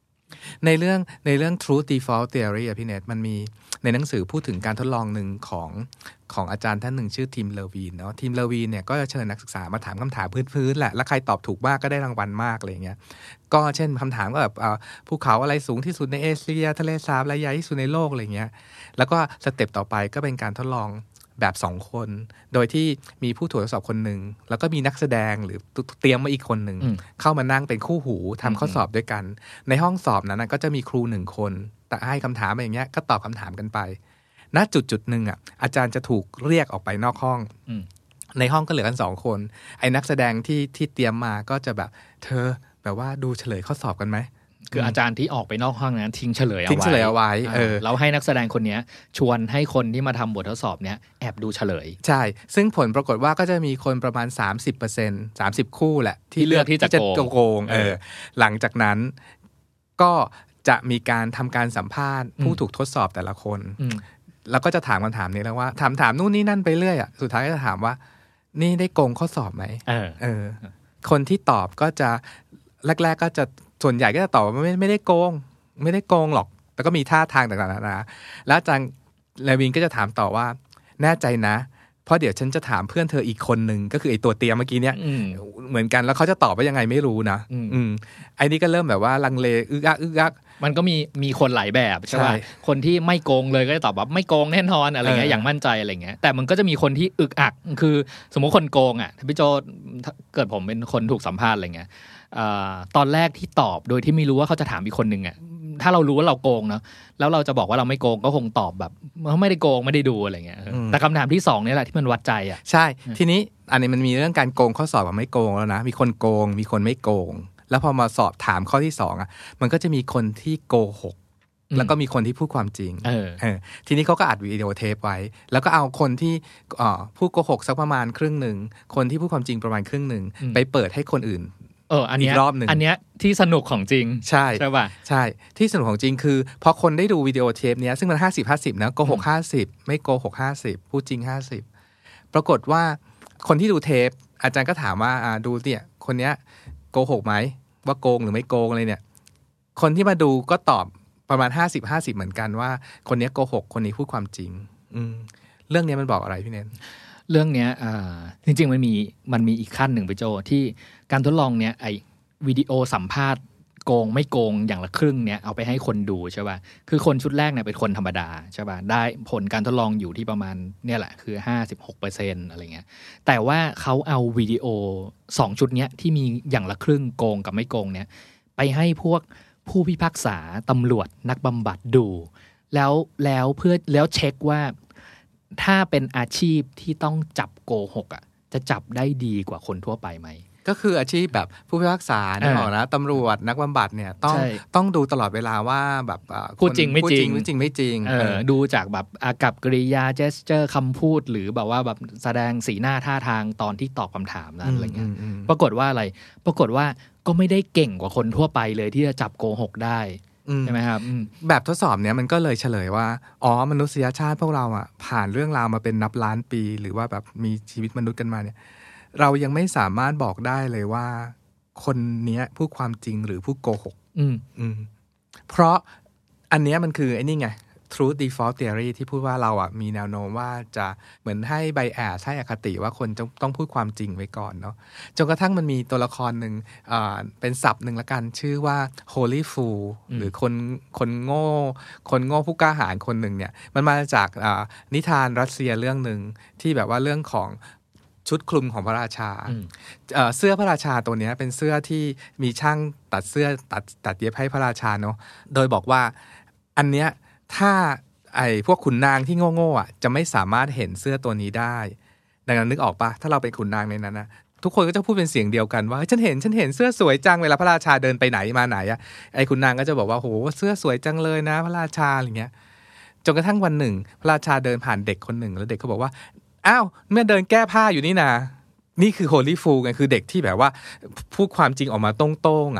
ในเรื่องในเรื่อง truth default theory อ่ะพี่เนทมันมีในหนังสือพูดถึงการทดลองหนึ่งของของอาจารย์ท่านหนึ่งชื่อทีมเลวีนเนาะทีมเลวีนเนี่ยก็จะเชิญนักศึกษามาถามคำถามพื้นๆแหละแล้วใครตอบถูกมากก็ได้รางวัลมากอะไรอย่างเงี้ยก็เช่นคำถามก็แบบภูเขาอะไรสูงที่สุดในเอเชียทะเลสาบอะไรใหญ่ที่สุดในโลกอะไรเงี้ยแล้วก็สเต็ปต่อไปก็เป็นการทดลองแบบสองคนโดยที่มีผู้ตรวจสอบคนหนึ่งแล้วก็มีนักแสดงหรือเตรียมมาอีกคนหนึ่งเข้ามานั่งเป็นคู่หูทำข้อสอบด้วยกันในห้องสอบนั้นก็จะมีครูหนึ่งคนแต่ให้คำถามอย่างเงี้ยก็ตอบคำถามกันไปณจุดจุดหนึ่งอ่ะอาจารย์จะถูกเรียกออกไปนอกห้องในห้องก็เหลือกันสองคนไอ้นักแสดงที่ที่เตรียมมาก็จะแบบเธอแบบว่าดูเฉลยข้อสอบกันไหมคืออาจารย์ที่ออกไปนอกห้องนั้นทิ้งเฉลยเอาไว้ทิ้งเฉลยเอาไว้เออแล้วให้นักแสดงคนนี้ชวนให้คนที่มาทำบททดสอบเนี้ยแอบดูเฉลยใช่ซึ่งผลปรากฏว่าก็จะมีคนประมาณ สามสิบเปอร์เซ็นต์ สามสิบ คู่แหละที่เลือกที่จะโกงเออหลังจากนั้นก็จะมีการทำการสัมภาษณ์ผู้ถูกทดสอบแต่ละคนแล้วก็จะถามคำถามนี้แล้วว่าถามถามนู่นนี่นั่นไปเรื่อยอ่ะสุดท้ายก็จะถามว่านี่ได้โกงข้อสอบไหมเออเออคนที่ตอบก็จะแรกๆก็จะส่วนใหญ่ก็จะตอบว่าไม่ไม่ได้โกงไม่ได้โกงหรอกแต่ก็มีท่าทางต่างๆนะแล้วอาจารย์เลวินก็จะถามต่อว่าแน่ใจนะเพราะเดี๋ยวฉันจะถามเพื่อนเธออีกคนนึงก็คือไอ้ตัวเตรียมเมื่อกี้เนี้ยเหมือนกันแล้วเขาจะตอบว่ายังไงไม่รู้นะอืมไอ้นี่ก็เริ่มแบบว่าลังเลอึกอักอึกอักมันก็มีมีคนหลายแบบใช่ป่ะคนที่ไม่โกงเลยก็จะตอบว่าไม่โกงแน่นอนอะไรเงี้ยอย่างมั่นใจอะไรเงี้ยแต่มันก็จะมีคนที่อึกอักคือสมมติคนโกงอ่ะพี่โจเกิดผมเป็นคนถูกสัมภาษณ์อะไรเงี้ยตอนแรกที่ตอบโดยที่ไม่รู้ว่าเขาจะถามอีกคนนึงอ่ะถ้าเรารู้ว่าเราโกงเนาะแล้วเราจะบอกว่าเราไม่โกงก็คงตอบแบบเขาไม่ได้โกงไม่ได้ดูอะไรเงี้ยแต่คำถามที่สองนี่แหละที่มันวัดใจอ่ะใช่ทีนี้อันนี้มันมีเรื่องการโกงข้อสอบกับไม่โกงแล้วนะมีคนโกงมีคนไม่โกงแล้วพอมาสอบถามข้อที่สองอ่ะมันก็จะมีคนที่โกหกแล้วก็มีคนที่พูดความจริงเออเออทีนี้เขาก็อัดวิดีโอเทปไว้แล้วก็เอาคนที่พูดโกหกสักประมาณครึ่งหนึ่งคนที่พูดความจริงประมาณครึ่งหนึ่งไปเปิดให้คนอื่นเอออันนี้รอบนึงอันเนี้ยที่สนุกของจริงใช่ใช่ป่ะใช่ที่สนุกของจริงคือพอคนได้ดูวิดีโอเทปเนี้ยซึ่งมันห้าสิบ ห้าสิบนะโกหกห้าสิบไม่โกหกห้าสิบพูดจริงห้าสิบปรากฏว่าคนที่ดูเทปอาจารย์ก็ถามว่าอ่าดูเนี่ยคนเนี้ยโกหกไหมว่าโกงหรือไม่โกงอะไรเนี่ยคนที่มาดูก็ตอบประมาณห้าสิบ ห้าสิบเหมือนกันว่าคนนี้โกหกคนนี้พูดความจริงอืมเรื่องนี้มันบอกอะไรพี่เนนเรื่องเนี้ยอ่าจริงๆมันมีมันมีอีกขั้นหนึ่งไปโจที่การทดลองเนี้ยไอวิดีโอสัมภาษณ์โกงไม่โกงอย่างละครึ่งเนี้ยเอาไปให้คนดูใช่ป่ะคือคนชุดแรกเนี่ยเป็นคนธรรมดาใช่ป่ะได้ผลการทดลองอยู่ที่ประมาณเนี่ยแหละคือ ห้าสิบหกเปอร์เซ็นต์ อะไรเงี้ยแต่ว่าเขาเอาวิดีโอสองชุดเนี้ยที่มีอย่างละครึ่งโกงกับไม่โกงเนี้ยไปให้พวกผู้พิพากษาตำรวจนักบำบัดดูแล้วแล้วเพื่อแล้วเช็คว่าถ้าเป็นอาชีพที่ต้องจับโกหกอ่ะจะจับได้ดีกว่าคนทั่วไปไหมก็คืออาชีพแบบผู้พิพากษาเนี่ยหรอนะตำรวจนักบำบัดเนี่ยต้องต้องดูตลอดเวลาว่าแบบพูดจริงไม่จริงพูดจริงไม่จริงดูจากแบบอากับกริยาเจสเจอร์คำพูดหรือแบบว่าแบบแสดงสีหน้าท่าทางตอนที่ตอบคำถามนั้นอะไรเงี้ยปรากฏว่าอะไรปรากฏว่าก็ไม่ได้เก่งกว่าคนทั่วไปเลยที่จะจับโกหกได้ใช่ไหมครับแบบทดสอบเนี้ยมันก็เลยเฉลยว่าอ๋อมนุษยชาติพวกเราอ่ะผ่านเรื่องราวมาเป็นนับล้านปีหรือว่าแบบมีชีวิตมนุษย์กันมาเนี่ยเรายังไม่สามารถบอกได้เลยว่าคนเนี้ยพูดความจริงหรือพูดโกหกอืมอืมเพราะอันเนี้ยมันคือไอ้นี่ไง truth default theory ที่พูดว่าเราอ่ะมีแนวโน้มว่าจะเหมือนให้ bias ให้อคติว่าคนต้องต้องพูดความจริงไว้ก่อนเนาะจนกระทั่งมันมีตัวละครหนึ่งอ่าเป็นศัพท์หนึ่งละกันชื่อว่า holy fool หรือคนคนโง่คนโง่ผู้กล้าหาญคนหนึ่งเนี่ยมันมาจากอ่านิทานรัสเซียเรื่องหนึ่งที่แบบว่าเรื่องของชุดคลุมของพระราชาเสื้อพระราชาตัวนี้เป็นเสื้อที่มีช่างตัดเสื้อตัดตัดเย็บให้พระราชาเนาะโดยบอกว่าอันเนี้ยถ้าไอ้พวกขุนนางที่โง่ๆอ่ะจะไม่สามารถเห็นเสื้อตัวนี้ได้ดังนั้นนึกออกปะถ้าเราเป็นขุนนางในนั้นนะทุกคนก็จะพูดเป็นเสียงเดียวกันว่าฉันเห็นฉันเห็นเสื้อสวยจังเวลาพระราชาเดินไปไหนมาไหนอ่ะไอ้ขุนนางก็จะบอกว่าโหเสื้อสวยจังเลยนะพระราชาอะไรเงี้ยจนกระทั่งวันหนึ่งพระราชาเดินผ่านเด็กคนหนึ่งแล้วเด็กเขาบอกว่าอ้าวแม่เดินแก้ผ้าอยู่นี่นะนี่คือ holy fool ไงคือเด็กที่แบบว่าพูดความจริงออกมาตรงๆอ่ะ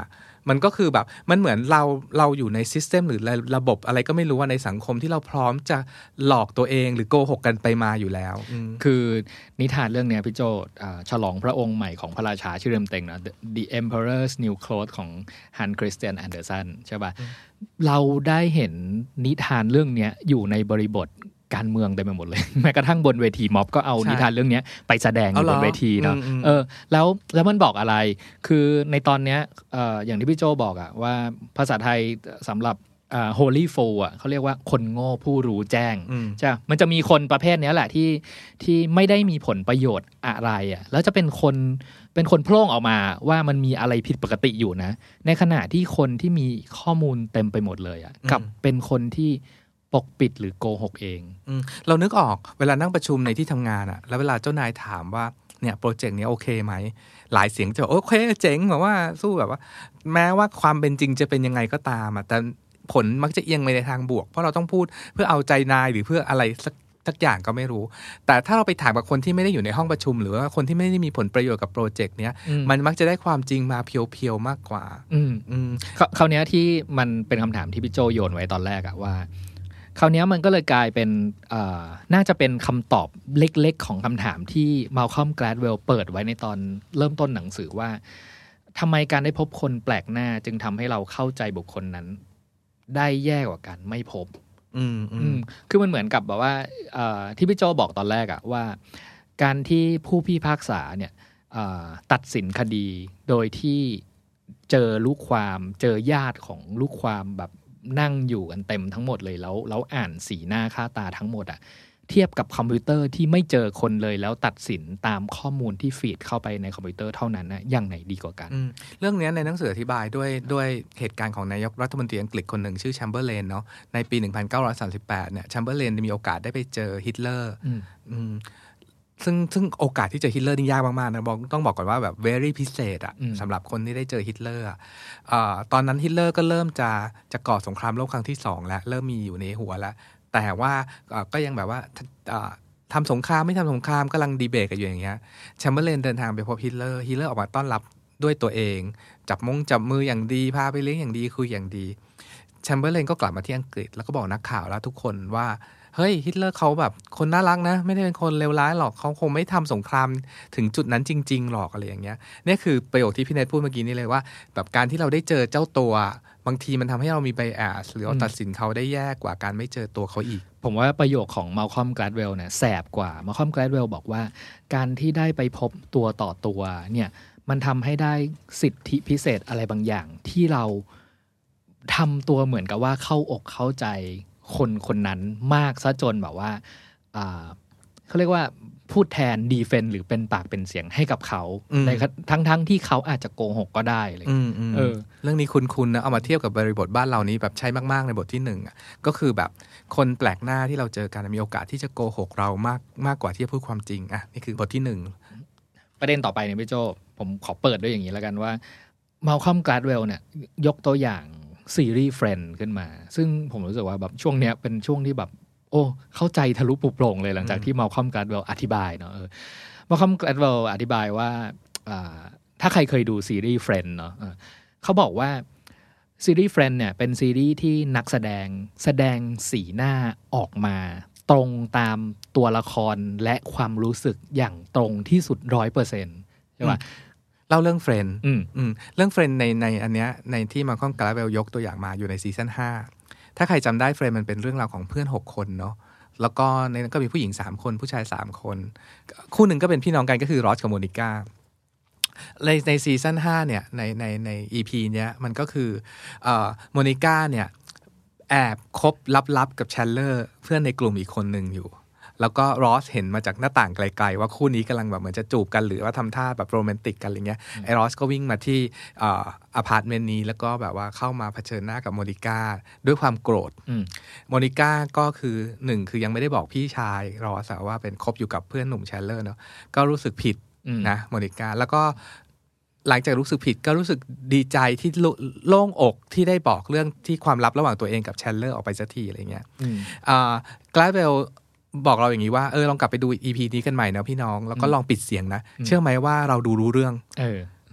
มันก็คือแบบมันเหมือนเราเราอยู่ในซิสเต็มหรือระบบอะไรก็ไม่รู้ว่าในสังคมที่เราพร้อมจะหลอกตัวเองหรือโกหกกันไปมาอยู่แล้วคือนิทานเรื่องนี้พี่โจฉลองพระองค์ใหม่ของพระราชาชื่อเริ่มเต็งนะ The Emperor's New Clothes ของ Hans Christian Andersen ใช่ป่ะเราได้เห็นนิทานเรื่องนี้อยู่ในบริบทการเมืองเต็มไปหมดเลยแม้กระทั่งบนเวทีม็อบก็เอานิทานเรื่องนี้ไปแสดงอยู่บนเวทีเนาะเออแล้วแล้วมันบอกอะไรคือในตอนเนี้ยเอ่ออย่างที่พี่โจบอกอะว่าภาษาไทยสำหรับอ่า holy fool อ่ะเขาเรียกว่าคนโง่ผู้รู้แจ้งใช่มันจะมีคนประเภทนี้แหละที่ที่ไม่ได้มีผลประโยชน์อะไรอ่ะแล้วจะเป็นคนเป็นคนโพล่งออกมาว่ามันมีอะไรผิดปกติอยู่นะในขณะที่คนที่มีข้อมูลเต็มไปหมดเลยอ่ะกับเป็นคนที่ปกปิดหรือโกหกเองเรานึกออกเวลานั่งประชุมในที่ทำงานอ่ะแล้วเวลาเจ้านายถามว่าเนี่ยโปรเจกต์นี้โอเคไหมหลายเสียงจะโอเคเจ๋งแบบว่าสู้แบบว่าแม้ว่าความเป็นจริงจะเป็นยังไงก็ตามอ่ะแต่ผลมักจะเอียงไปในทางบวกเพราะเราต้องพูดเพื่อเอาใจนายหรือเพื่ออะไรสักสักอย่างก็ไม่รู้แต่ถ้าเราไปถามกับคนที่ไม่ได้อยู่ในห้องประชุมหรือว่าคนที่ไม่ได้มีผลประโยชน์กับโปรเจกต์เนี้ยมันมักจะได้ความจริงมาเพียวๆมากกว่าอืมอืมคราวนี้ที่มันเป็นคำถามที่พี่โจโยนไว้ตอนแรกอะว่าคราวนี้มันก็เลยกลายเป็นน่าจะเป็นคำตอบเล็กๆของคำถามที่มัลคอม แกลดเวลเปิดไว้ในตอนเริ่มต้นหนังสือว่าทำไมการได้พบคนแปลกหน้าจึงทำให้เราเข้าใจบุคคลนั้นได้แย่กว่าการไม่พบอืมอืมคือมันเหมือนกับแบบว่าที่พี่โจบอกตอนแรกอะว่าการที่ผู้พิพากษาเนี่ยตัดสินคดีโดยที่เจอลูกความเจอญาติของลูกความแบบนั่งอยู่กันเต็มทั้งหมดเลยแล้วแล้วอ่านสีหน้าค่าตาทั้งหมดอะเทียบกับคอมพิวเตอร์ที่ไม่เจอคนเลยแล้วตัดสินตามข้อมูลที่ฟีดเข้าไปในคอมพิวเตอร์เท่านั้นนะอย่างไหนดีกว่ากันเรื่องนี้ในหนังสืออธิบายด้วยด้วยเหตุการณ์ของนายกรัฐมนตรีอังกฤษคนหนึ่งชื่อแชมเบอร์เลนเนาะในปีหนึ่งพันเก้าร้อยสามสิบแปดเนี่ยแชมเบอร์เลนมีโอกาสได้ไปเจอฮิตเลอร์ซึ่งซึ่งโอกาสที่เจอฮิตเลอร์นี่ยากมากๆนะบอกต้องบอกก่อนว่าแบบ very พิเศษอะสำหรับคนที่ได้เจอฮิตเลอร์อะตอนนั้นฮิตเลอร์ก็เริ่มจะจะก่อสงครามโลกครั้งที่สองแล้วเริ่มมีอยู่ในหัวแล้วแต่ว่าก็ยังแบบว่าทำสงครามไม่ทำสงครามกำลังดีเบตกันอยู่อย่างเงี้ยแชมเบอร์เลนเดินทางไปพบฮิตเลอร์ฮิตเลอร์ออกมาต้อนรับด้วยตัวเองจับมงจับมืออย่างดีพาไปเลี้ยงอย่างดีคุยอย่างดีแชมเบอร์เลนก็กลับมาที่อังกฤษแล้วก็บอกนักข่าวแล้วทุกคนว่าเฮ้ยฮิตเลอร์เขาแบบคนน่ารักนะไม่ได้เป็นคนเลวร้ายหรอกเขาคงไม่ทำสงครามถึงจุดนั้นจริงๆหรอกอะไรอย่างเงี้ยนี่คือประโยคที่พี่เนทพูดเมื่อกี้นี่เลยว่าแบบการที่เราได้เจอเจ้าตัวบางทีมันทำให้เรามีไบแอสหรือเราตัดสินเขาได้แย่กว่าการไม่เจอตัวเขาอีกผมว่าประโยคของมัลคอม แกลดเวลเนี่ยแสบกว่ามัลคอม แกลดเวลบอกว่าการที่ได้ไปพบตัวต่อตัวเนี่ยมันทำให้ได้สิทธิพิเศษอะไรบางอย่างที่เราทำตัวเหมือนกับว่าเข้าอกเข้าใจคนคนนั้นมากซะจนแบบว่าเขาเรียกว่าพูดแทนดีเฟนหรือเป็นปากเป็นเสียงให้กับเขาในทั้งทั้งที่เขาอาจจะโกหกก็ได้เลยเออเรื่องนี้คุ้นๆนะเอามาเทียบกับบริบทบ้านเรานี้แบบใช้มากๆในบทที่หนึ่งอ่ะก็คือแบบคนแปลกหน้าที่เราเจอกันมีโอกาสที่จะโกหกเรามากมากกว่าที่จะพูดความจริงอ่ะนี่คือบทที่หนึ่งประเด็นต่อไปเนี่ยพี่โจผมขอเปิดด้วยอย่างนี้แล้วกันว่ามัลคอม แกลดเวลเนี่ยยกตัวอย่างซีรีส์ Friends ขึ้นมาซึ่งผมรู้สึกว่าแบบช่วงเนี้ยเป็นช่วงที่แบบโอ้เข้าใจทะลุปุโปร่งเลยหลังจากที่มัลคอม แกลดเวลอธิบายเนาะเออมัลคอม แกลดเวลอธิบายว่าถ้าใครเคยดูซีรีส์ Friends เนาะเขาบอกว่าซีรีส์ Friends เนี่ยเป็นซีรีส์ที่นักแสดงแสดงสีหน้าออกมาตรงตามตัวละครและความรู้สึกอย่างตรงที่สุด ร้อยเปอร์เซ็นต์ ใช่ป่ะเล่าเรื่องเฟรนด์เรื่องเฟรนด์ในในอันเนี้ยในที่มัลคอม แกลดเวลยกตัวอย่างมาอยู่ในซีซั่นห้าถ้าใครจำได้เฟรนด์มันเป็นเรื่องราวของเพื่อนหกคนเนาะแล้วก็ในนั้นก็มีผู้หญิงสามคนผู้ชายสามคนคู่หนึ่งก็เป็นพี่น้องกันก็คือรอสกับโมนิก้าในในซีซั่นห้าเนี่ยในในใน อี พี เนี้ยมันก็คือเอ่อโมนิก้าเนี่ยแอบคบลับๆกับแชนเลอร์เพื่อนในกลุ่มอีกคนนึงอยู่แล้วก็รอสเห็นมาจากหน้าต่างไกลๆว่าคู่นี้กำลังแบบเหมือนจะจูบกันหรือว่าทำท่าแบบโรแมนติกกันอะไรเงี้ยไอ้รอสก็วิ่งมาที่อ่าอพาร์ตเมนต์นี้แล้วก็แบบว่าเข้ามาเผชิญหน้ากับโมนิก้าด้วยความโกรธโมนิก้าก็คือหนึ่งคือยังไม่ได้บอกพี่ชายรอสว่าเป็นคบอยู่กับเพื่อนหนุ่มแชนเลอร์เนาะก็รู้สึกผิดนะโมนิก้าแล้วก็หลังจากรู้สึกผิดก็รู้สึกดีใจที่โล่งอกที่ได้บอกเรื่องที่ความลับระหว่างตัวเองกับแชนเลอร์ออกไปสักทีอะไรเงี้ยอ่า แกลดเวลบอกเราอย่างนี้ว่าเออลองกลับไปดู อี พี นี้กันใหม่นะพี่น้องแล้วก็ลองปิดเสียงนะเชื่อไหมว่าเราดูรู้เรื่องเออ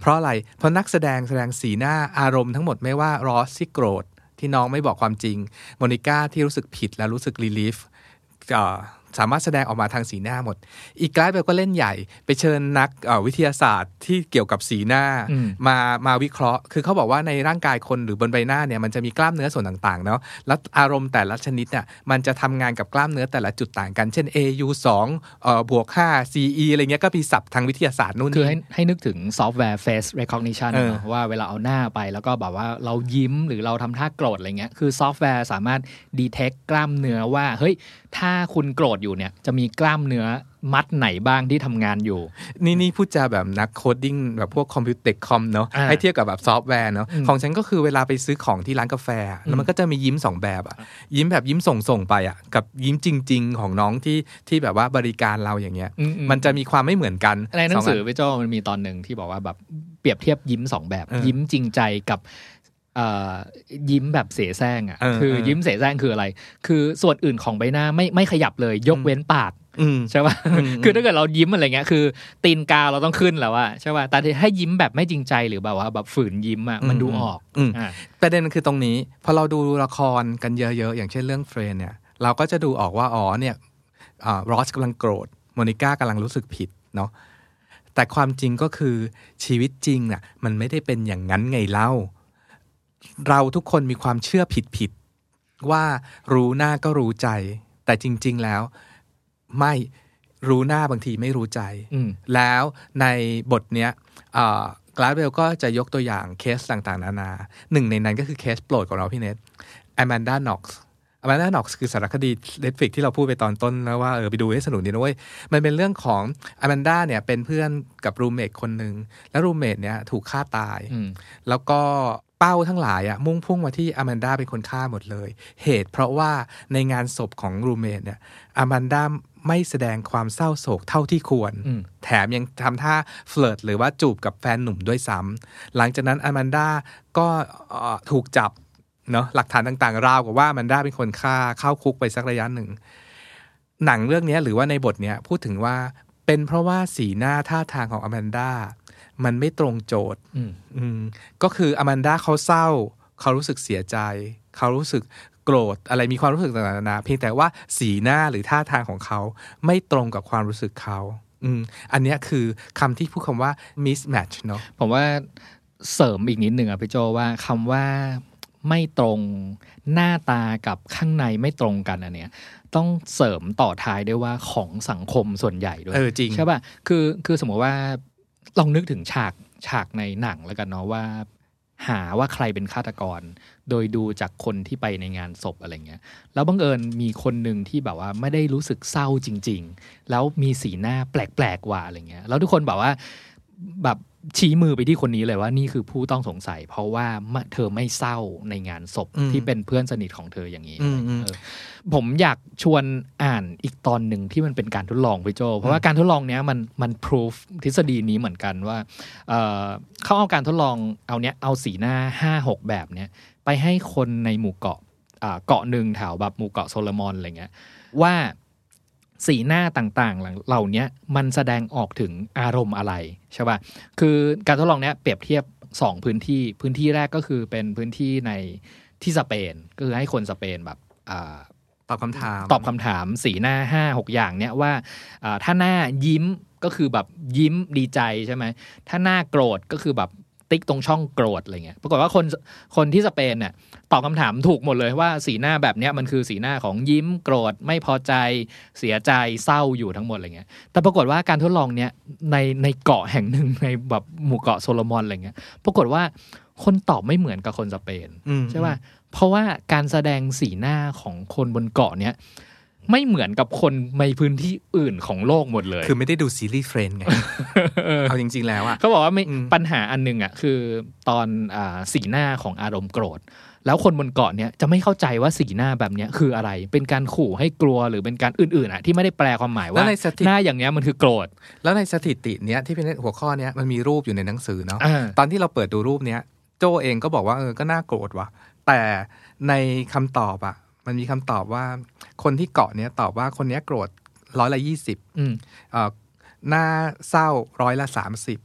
เพราะอะไรเพราะนักแสดงแสดงสีหน้าอารมณ์ทั้งหมดไม่ว่ารอสที่โกรธที่น้องไม่บอกความจริงโมนิก้าที่รู้สึกผิดและรู้สึกรีลีฟสามารถแสดงออกมาทางสีหน้าหมดอีกไกด์เบลก็เล่นใหญ่ไปเชิญนักวิทยาศาสตร์ที่เกี่ยวกับสีหน้ามามาวิเคราะห์คือเขาบอกว่าในร่างกายคนหรือบนใบหน้าเนี่ยมันจะมีกล้ามเนื้อส่วนต่างๆเนาะแล้วอารมณ์แต่ละชนิดเนี่ยมันจะทำงานกับกล้ามเนื้อแต่ละจุดต่างกันเช่น เอ ยู สอง เอ่อบวกห้า ซี อี อะไรเงี้ยก็มีศัพท์ทางวิทยาศาสตร์นู่นนี่คือให้ให้นึกถึงซอฟต์แวร์ face recognition เนาะว่าเวลาเอาหน้าไปแล้วก็แบบว่าเรายิ้มหรือเราทำท่าโกรธอะไรเงี้ยคือซอฟต์แวร์สามารถ detect กล้ามเนื้อว่าเฮ้ยถ้าคุณโกรธอยู่เนี่ยจะมีกล้ามเนื้อมัดไหนบ้างที่ทำงานอยู่นี่นี่พูดจาแบบนักโคดดิ้งแบบพวกคอมพิวเตอร์คอมเนาะให้เทียบกับแบบซอฟต์แวร์เนาะของฉันก็คือเวลาไปซื้อของที่ร้านกาแฟแล้วมันก็จะมียิ้มสองแบบอ่ะยิ้มแบบยิ้มส่งส่งไปอ่ะกับยิ้มจริงๆของน้องที่ที่แบบว่าบริการเราอย่างเงี้ยมันจะมีความไม่เหมือนกันในหนังสือพี่โจ้มันมีตอนหนึ่งที่บอกว่าแบบเปรียบเทียบยิ้มสองแบบยิ้มจริงใจกับยิ้มแบบเสแสร้งอ่ะคือยิ้มเสแสร้งคืออะไรคือส่วนอื่นของใบหน้าไม่ไม่ขยับเลยยกเว้นปากใช่ป่ะคือถ้าเกิดเรายิ้มอะไรเงี้ยคือตีนกาเราต้องขึ้นแล้วอะใช่ป่ะแต่ถ้ายิ้มแบบไม่จริงใจหรือแบบว่าแบบฝืนยิ้มอะมันดูออกประเด็นคือตรงนี้พอเราดูละครกันเยอะๆอย่างเช่นเรื่องเฟรนเนี่ยเราก็จะดูออกว่าอ๋อเนี่ยรอสกำลังโกรธโมนิก้ากำลังรู้สึกผิดเนาะแต่ความจริงก็คือชีวิตจริงน่ะมันไม่ได้เป็นอย่างนั้นไงเล่าเราทุกคนมีความเชื่อผิดๆว่ารู้หน้าก็รู้ใจแต่จริงๆแล้วไม่รู้หน้าบางทีไม่รู้ใจแล้วในบทเนี้ยกลาสเวลก็จะยกตัวอย่างเคสต่างๆนานาหนึ่งในนั้นก็คือเคสโปรดของเราพี่เนทแอมแมนดาน็อกซ์แอมแมนดาน็อกซ์คือสารคดี Netflix ที่เราพูดไปตอนต้นแล้วว่าเออไปดูให้สนุกดีนะเว้ยมันเป็นเรื่องของแอมแมนดาเนี่ยเป็นเพื่อนกับรูมเมทคนหนึ่งแล้วรูมเมทเนี่ยถูกฆ่าตายแล้วก็เป้าทั้งหลายอ่ะมุ่งพุ่งมาที่อแมนดาเป็นคนฆ่าหมดเลยเหตุเพราะว่าในงานศพของรูมเมทเนี่ยอแมนดาไม่แสดงความเศร้าโศกเท่าที่ควรแถมยังทำท่าเฟลิร์ตหรือว่าจูบกับแฟนหนุ่มด้วยซ้ำหลังจากนั้นอแมนดาก็ถูกจับเนาะหลักฐานต่างๆราวกับว่าอแมนดาเป็นคนฆ่าเข้าคุกไปสักระยะหนึ่งหนังเรื่องนี้หรือว่าในบทเนี้ยพูดถึงว่าเป็นเพราะว่าสีหน้าท่าทางของอแมนดามันไม่ตรงโจทย์ก็คืออแมนดาเขาเศร้าเขารู้สึกเสียใจเขารู้สึกโกรธอะไรมีความรู้สึกต่างๆนานาเพียงแต่ว่าสีหน้าหรือท่าทางของเขาไม่ตรงกับความรู้สึกเขาอืมอันนี้คือคำที่พูดคำว่า mismatch เนาะผมว่าเสริมอีกนิดหนึ่งอ่ะพี่โจว่าคำว่าไม่ตรงหน้าตากับข้างในไม่ตรงกันอันเนี้ยต้องเสริมต่อท้ายด้วยว่าของสังคมส่วนใหญ่ด้วยเออจริงใช่ป่ะคือคือสมมติว่าลองนึกถึงฉากฉากในหนังแล้วกันเนาะว่าหาว่าใครเป็นฆาตกรโดยดูจากคนที่ไปในงานศพอะไรเงี้ยแล้วบังเอิญมีคนหนึ่งที่แบบว่าไม่ได้รู้สึกเศร้าจริงๆแล้วมีสีหน้าแปลกๆกว่าอะไรเงี้ยแล้วทุกคนแบบว่าแบบชี้มือไปที่คนนี้เลยว่านี่คือผู้ต้องสงสัยเพราะว่าเธอไม่เศร้าในงานศพที่เป็นเพื่อนสนิทของเธออย่างนี้ผมอยากชวนอ่านอีกตอนหนึ่งที่มันเป็นการทดลองพี่โจเพราะว่าการทดลองเนี้ยมันมัน proof ทฤษฎีนี้เหมือนกันว่า เ, เขาเอาการทดลองเอาเนี้ยเอาสีหน้า ห้าหก แบบเนี้ยไปให้คนในหมู่เกาะเกาะหนึ่งแถวแบบหมู่เกาะโซโลมอนอะไรเงี้ยว่าสีหน้าต่างๆเหล่านี้มันแสดงออกถึงอารมณ์อะไรใช่ป่ะคือการทดลองเนี้ยเปรียบเทียบสองพื้นที่พื้นที่แรกก็คือเป็นพื้นที่ในที่สเปนก็คือให้คนสเปนแบบตอบคำถามตอบคำถามสีหน้า ห้าหก อย่างเนี้ยว่าถ้าหน้ายิ้มก็คือแบบยิ้มดีใจใช่ไหมถ้าหน้าโกรธก็คือแบบติ๊กตรงช่องโกรธอะไรเงี้ยปรากฏว่าคนคนที่สเปนเนี่ยตอบคำถามถูกหมดเลยว่าสีหน้าแบบเนี้ยมันคือสีหน้าของยิ้มโกรธไม่พอใจเสียใจเศร้าอยู่ทั้งหมดอะไรเงี้ยแต่ปรากฏว่าการทดลองเนี้ยในในเกาะแห่งหนึ่งในแบบหมู่เกาะโซโลมอนอะไรเงี้ยปรากฏว่าคนตอบไม่เหมือนกับคนสเปนใช่ป่ะเพราะว่าการแสดงสีหน้าของคนบนเกาะเนี้ยไม่เหมือนกับคนในพื้นที่อื่นของโลกหมดเลยคือไม่ได้ดูซีรีส์เฟรนด์ไง เอาจริงๆแล้วอ่ะเขาบอกว่าปัญหาอันนึงอ่ะคือตอนอ่าสีหน้าของอารมณ์โกรธแล้วคนบนเกาะเนี้ยจะไม่เข้าใจว่าสีหน้าแบบเนี้ยคืออะไรเป็นการขู่ให้กลัวหรือเป็นการอื่นๆอ่ะที่ไม่ได้แปลความหมายว่าหน้าอย่างเนี้ยมันคือโกรธแล้วในสถิติเนี้ยที่เป็นหัวข้อเนี้ยมันมีรูปอยู่ในหนังสือเนาะตอนที่เราเปิดดูรูปเนี้ยโจเองก็บอกว่าเออก็น่าโกรธว่ะแต่ในคำตอบอ่ะมันมีคำตอบว่าคนที่เกาะเนี้ยตอบว่าคนนี้โกรธร้อยละยี่สิบหน้าเศร้าร้อยละสามสิบ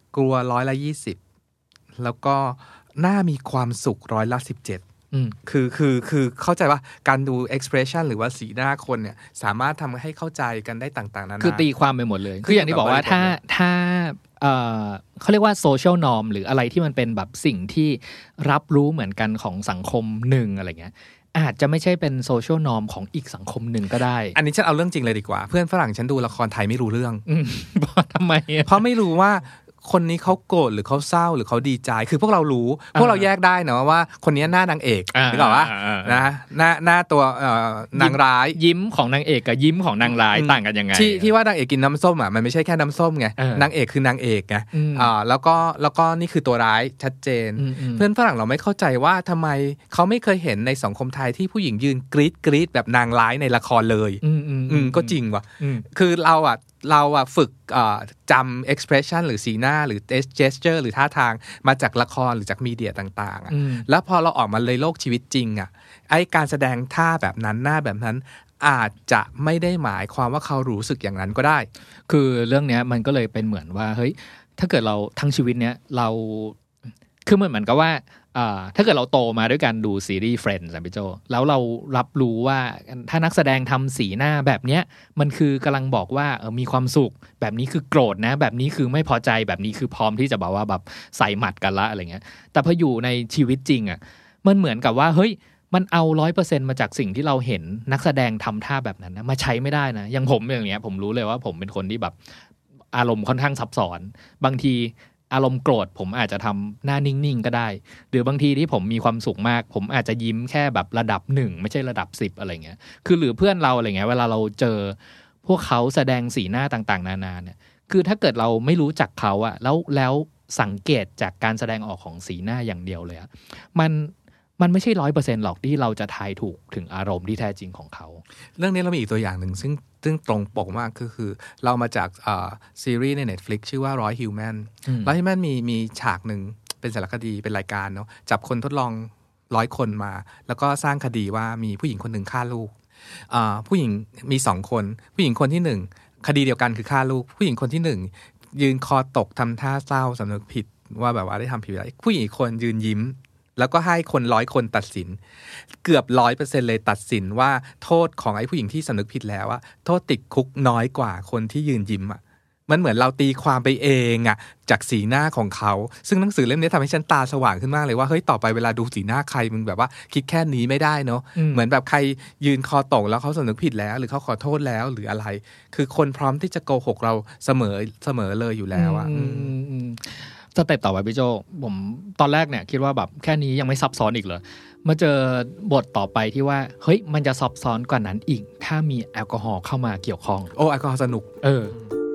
กลัวร้อยละยี่สิบแล้วก็น่ามีความสุขร้อยละสิบเจ็ดคือคือคือเข้าใจว่าการดู expression หรือว่าสีหน้าคนเนี่ยสามารถทำให้เข้าใจกันได้ต่างๆนานาคือตีความไปหมดเลยคืออย่างที่บอกว่าถ้าถ้าเอ่อเขาเรียกว่า social norm หรืออะไรที่มันเป็นแบบสิ่งที่รับรู้เหมือนกันของสังคมหนึ่งอะไรเงี้ยอาจจะไม่ใช่เป็นโซเชียลนอร์มของอีกสังคมหนึ่งก็ได้อันนี้ฉันเอาเรื่องจริงเลยดีกว่าเพื่อนฝรั่งฉันดูละครไทยไม่รู้เรื่องเพราะทำไมเพราะไม่รู้ว่าคนนี้เขาโกรธหรือเขาเศร้าหรือเขาดีใจคือพวกเรารู้พวกเราแยกได้นะว่าคนนี้หน้านางเอกนึกออกป่ะนะหน้าหน้าตัวนางร้ายยิ้มของนางเอกกับยิ้มของนางร้ายต่างกันยังไงที่ที่ว่านางเอกกินน้ำส้มอ่ะมันไม่ใช่แค่น้ำส้มไงนางเอกคือนางเอกไงอ่าแล้วก็แล้วก็นี่คือตัวร้ายชัดเจนเพื่อนฝรั่งเราไม่เข้าใจว่าทำไมเขาไม่เคยเห็นในสังคมไทยที่ผู้หญิงยืนกรี๊ดกรี๊ดแบบนางร้ายในละครเลยอืมก็จริงว่ะคือเราอ่ะเราอ่ะฝึกจำ expression หรือสีหน้าหรือ gesture หรือท่าทางมาจากละครหรือจากมีเดียต่างๆอ่ะแล้วพอเราออกมาเลยโลกชีวิตจริงอ่ะไอ้การแสดงท่าแบบนั้นหน้าแบบนั้นอาจจะไม่ได้หมายความว่าเขารู้สึกอย่างนั้นก็ได้คือเรื่องนี้มันก็เลยเป็นเหมือนว่าเฮ้ยถ้าเกิดเราทั้งชีวิตเนี้ยเราคือเหมือนเหมือนกับว่าถ้าเกิดเราโตมาด้วยการดูซีรีส์ Friends อ่ะพี่โจแล้วเรารับรู้ว่าถ้านักแสดงทำสีหน้าแบบเนี้ยมันคือกำลังบอกว่าเออมีความสุขแบบนี้คือโกรธนะแบบนี้คือไม่พอใจแบบนี้คือพร้อมที่จะบอกว่าแบบใส่หมัดกันละอะไรเงี้ยแต่พออยู่ในชีวิตจริงอ่ะมันเหมือนกับว่าเฮ้ยมันเอา ร้อยเปอร์เซ็นต์ มาจากสิ่งที่เราเห็นนักแสดงทำท่าแบบนั้นนะมาใช้ไม่ได้นะอย่างผมอย่างเงี้ยผมรู้เลยว่าผมเป็นคนที่แบบอารมณ์ค่อนข้างซับซ้อนบางทีอารมณ์โกรธผมอาจจะทำหน้านิ่งๆก็ได้หรือบางทีที่ผมมีความสุขมากผมอาจจะยิ้มแค่แบบระดับหนึ่งไม่ใช่ระดับสิบอะไรเงี้ยคือหรือเพื่อนเราอะไรเงี้ยเวลาเราเจอพวกเขาแสดงสีหน้าต่างๆนานาเนี่ยคือถ้าเกิดเราไม่รู้จักเขาอะแล้วแล้วสังเกตจากการแสดงออกของสีหน้าอย่างเดียวเลยอะมันมันไม่ใช่ ร้อยเปอร์เซ็นต์ หรอกที่เราจะทายถูกถึงอารมณ์ที่แท้จริงของเขาเรื่องนี้เรามีอีกตัวอย่างหนึ่งซึ่งซึ่งตรงปกมากก็คือเรามาจากซีรีส์ใน Netflix ชื่อว่าร้อยฮิวแมนร้อยฮิวแมนมีมีฉากหนึ่งเป็นสารคดีเป็นรายการเนาะจับคนทดลองร้อยคนมาแล้วก็สร้างคดีว่ามีผู้หญิงคนหนึ่งฆ่าลูกผู้หญิงมีสองคนผู้หญิงคนที่หนึ่งคดีเดียวกันคือฆ่าลูกผู้หญิงคนที่หนึ่งยืนคอตกทำท่าเศร้าสำนึกผิดว่าแบบว่าได้ทำผิดอะไรผู้หญิงคนยืนยิ้มแล้วก็ให้คนร้อยคนตัดสินเกือบร้อยเปอร์เซ็นต์เลยตัดสินว่าโทษของไอ้ผู้หญิงที่สำนึกผิดแล้วอะโทษติดคุกน้อยกว่าคนที่ยืนยิ้มอะมันเหมือนเราตีความไปเองอะจากสีหน้าของเขาซึ่งหนังสือเล่มนี้ทำให้ฉันตาสว่างขึ้นมากเลยว่าเฮ้ยต่อไปเวลาดูสีหน้าใครมึงแบบว่าคิดแค่นี้ไม่ได้เนาะเหมือนแบบใครยืนคอตกแล้วเขาสำนึกผิดแล้วหรือเขาขอโทษแล้วหรืออะไรคือคนพร้อมที่จะโกหกเราเสมอเสมอเลยอยู่แล้วอะสเต็ปต่อไปพี่โจผมตอนแรกเนี่ยคิดว่าแบบแค่นี้ยังไม่ซับซ้อนอีกเลยมาเจอบทต่อไปที่ว่าเฮ้ยมันจะซับซ้อนกว่านั้นอีกถ้ามีแอลกอฮอล์เข้ามาเกี่ยวข้องโอ้แอลกอฮอล์สนุกเออ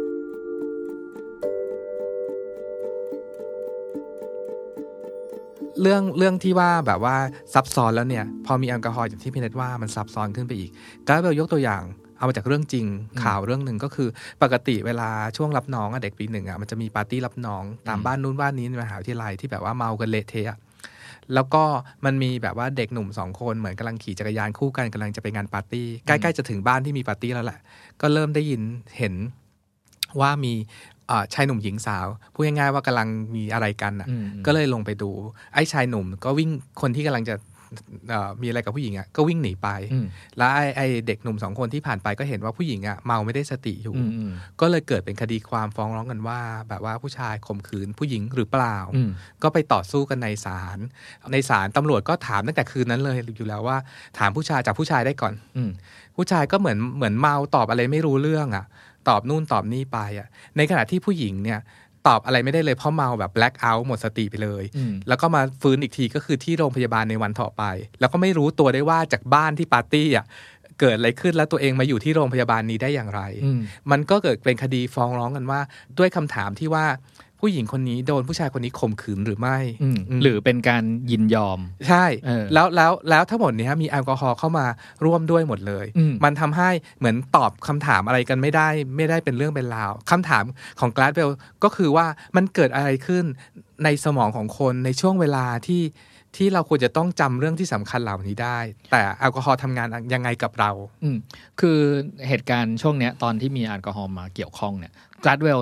เรื่องเรื่องที่ว่าแบบว่าซับซ้อนแล้วเนี่ยพอมีแอลกอฮอล์อย่างที่พี่เนทว่ามันซับซ้อนขึ้นไปอีกกราฟเบลยกตัวอย่างเอามาจากเรื่องจริงข่าวเรื่องหนึ่งก็คือปกติเวลาช่วงรับน้องอ่ะเด็กปีหนึ่งอ่ะมันจะมีปาร์ตี้รับน้องตามบ้านนู้นบ้านนี้ในมหาวิทยาลัยที่แบบว่าเมากันเละเทะแล้วก็มันมีแบบว่าเด็กหนุ่มสองคนเหมือนกำลังขี่จักรยานคู่กันกำลังจะไปงานปาร์ตี้ใกล้ๆจะถึงบ้านที่มีปาร์ตี้แล้วแหละก็เริ่มได้ยินเห็นว่ามีชายหนุ่มหญิงสาวพูดง่ายๆว่ากำลังมีอะไรกันอ่ะก็เลยลงไปดูไอ้ชายหนุ่มก็วิ่งคนที่กำลังจะมีอะไรกับผู้หญิงอ่ะก็วิ่งหนีไปแล้วไอ้ไอ้เด็กหนุ่มสองคนที่ผ่านไปก็เห็นว่าผู้หญิงอ่ะเมาไม่ได้สติอยู่ก็เลยเกิดเป็นคดีความฟ้องร้องกันว่าแบบว่าผู้ชายข่มขืนผู้หญิงหรือเปล่าก็ไปต่อสู้กันในศาลในศาลตำรวจก็ถามตั้งแต่คืนนั้นเลยอยู่แล้วว่าถามผู้ชายจากผู้ชายได้ก่อนผู้ชายก็เหมือนเหมือนเมาตอบอะไรไม่รู้เรื่องอ่ะตอบนู่นตอบนี่ไปอ่ะในขณะที่ผู้หญิงเนี่ยตอบอะไรไม่ได้เลยเพราะเมาแบบ black out หมดสติไปเลยแล้วก็มาฟื้นอีกทีก็คือที่โรงพยาบาลในวันต่อไปแล้วก็ไม่รู้ตัวได้ว่าจากบ้านที่ปาร์ตี้อ่ะเกิดอะไรขึ้นแล้วตัวเองมาอยู่ที่โรงพยาบาลนี้ได้อย่างไรมันก็เกิดเป็นคดีฟ้องร้องกันว่าด้วยคำถามที่ว่าผู้หญิงคนนี้โดนผู้ชายคนนี้ข่มขืนหรือไม่หรือเป็นการยินยอมใช่แล้วแล้วแล้วทั้งหมดนี้มีแอลกอฮอล์เข้ามาร่วมด้วยหมดเลยมันทำให้เหมือนตอบคำถามอะไรกันไม่ได้ไม่ได้เป็นเรื่องเป็นราวคำถามของกลาสเบลก็คือว่ามันเกิดอะไรขึ้นในสมองของคนในช่วงเวลาที่ที่เราควรจะต้องจำเรื่องที่สำคัญเหล่านี้ได้แต่แอลกอฮอล์ทำงานยังไงกับเราอืมคือเหตุการณ์ช่วงเนี้ยตอนที่มีแอลกอฮอล์มาเกี่ยวข้องเนี่ยกลาสเบลเนี่ย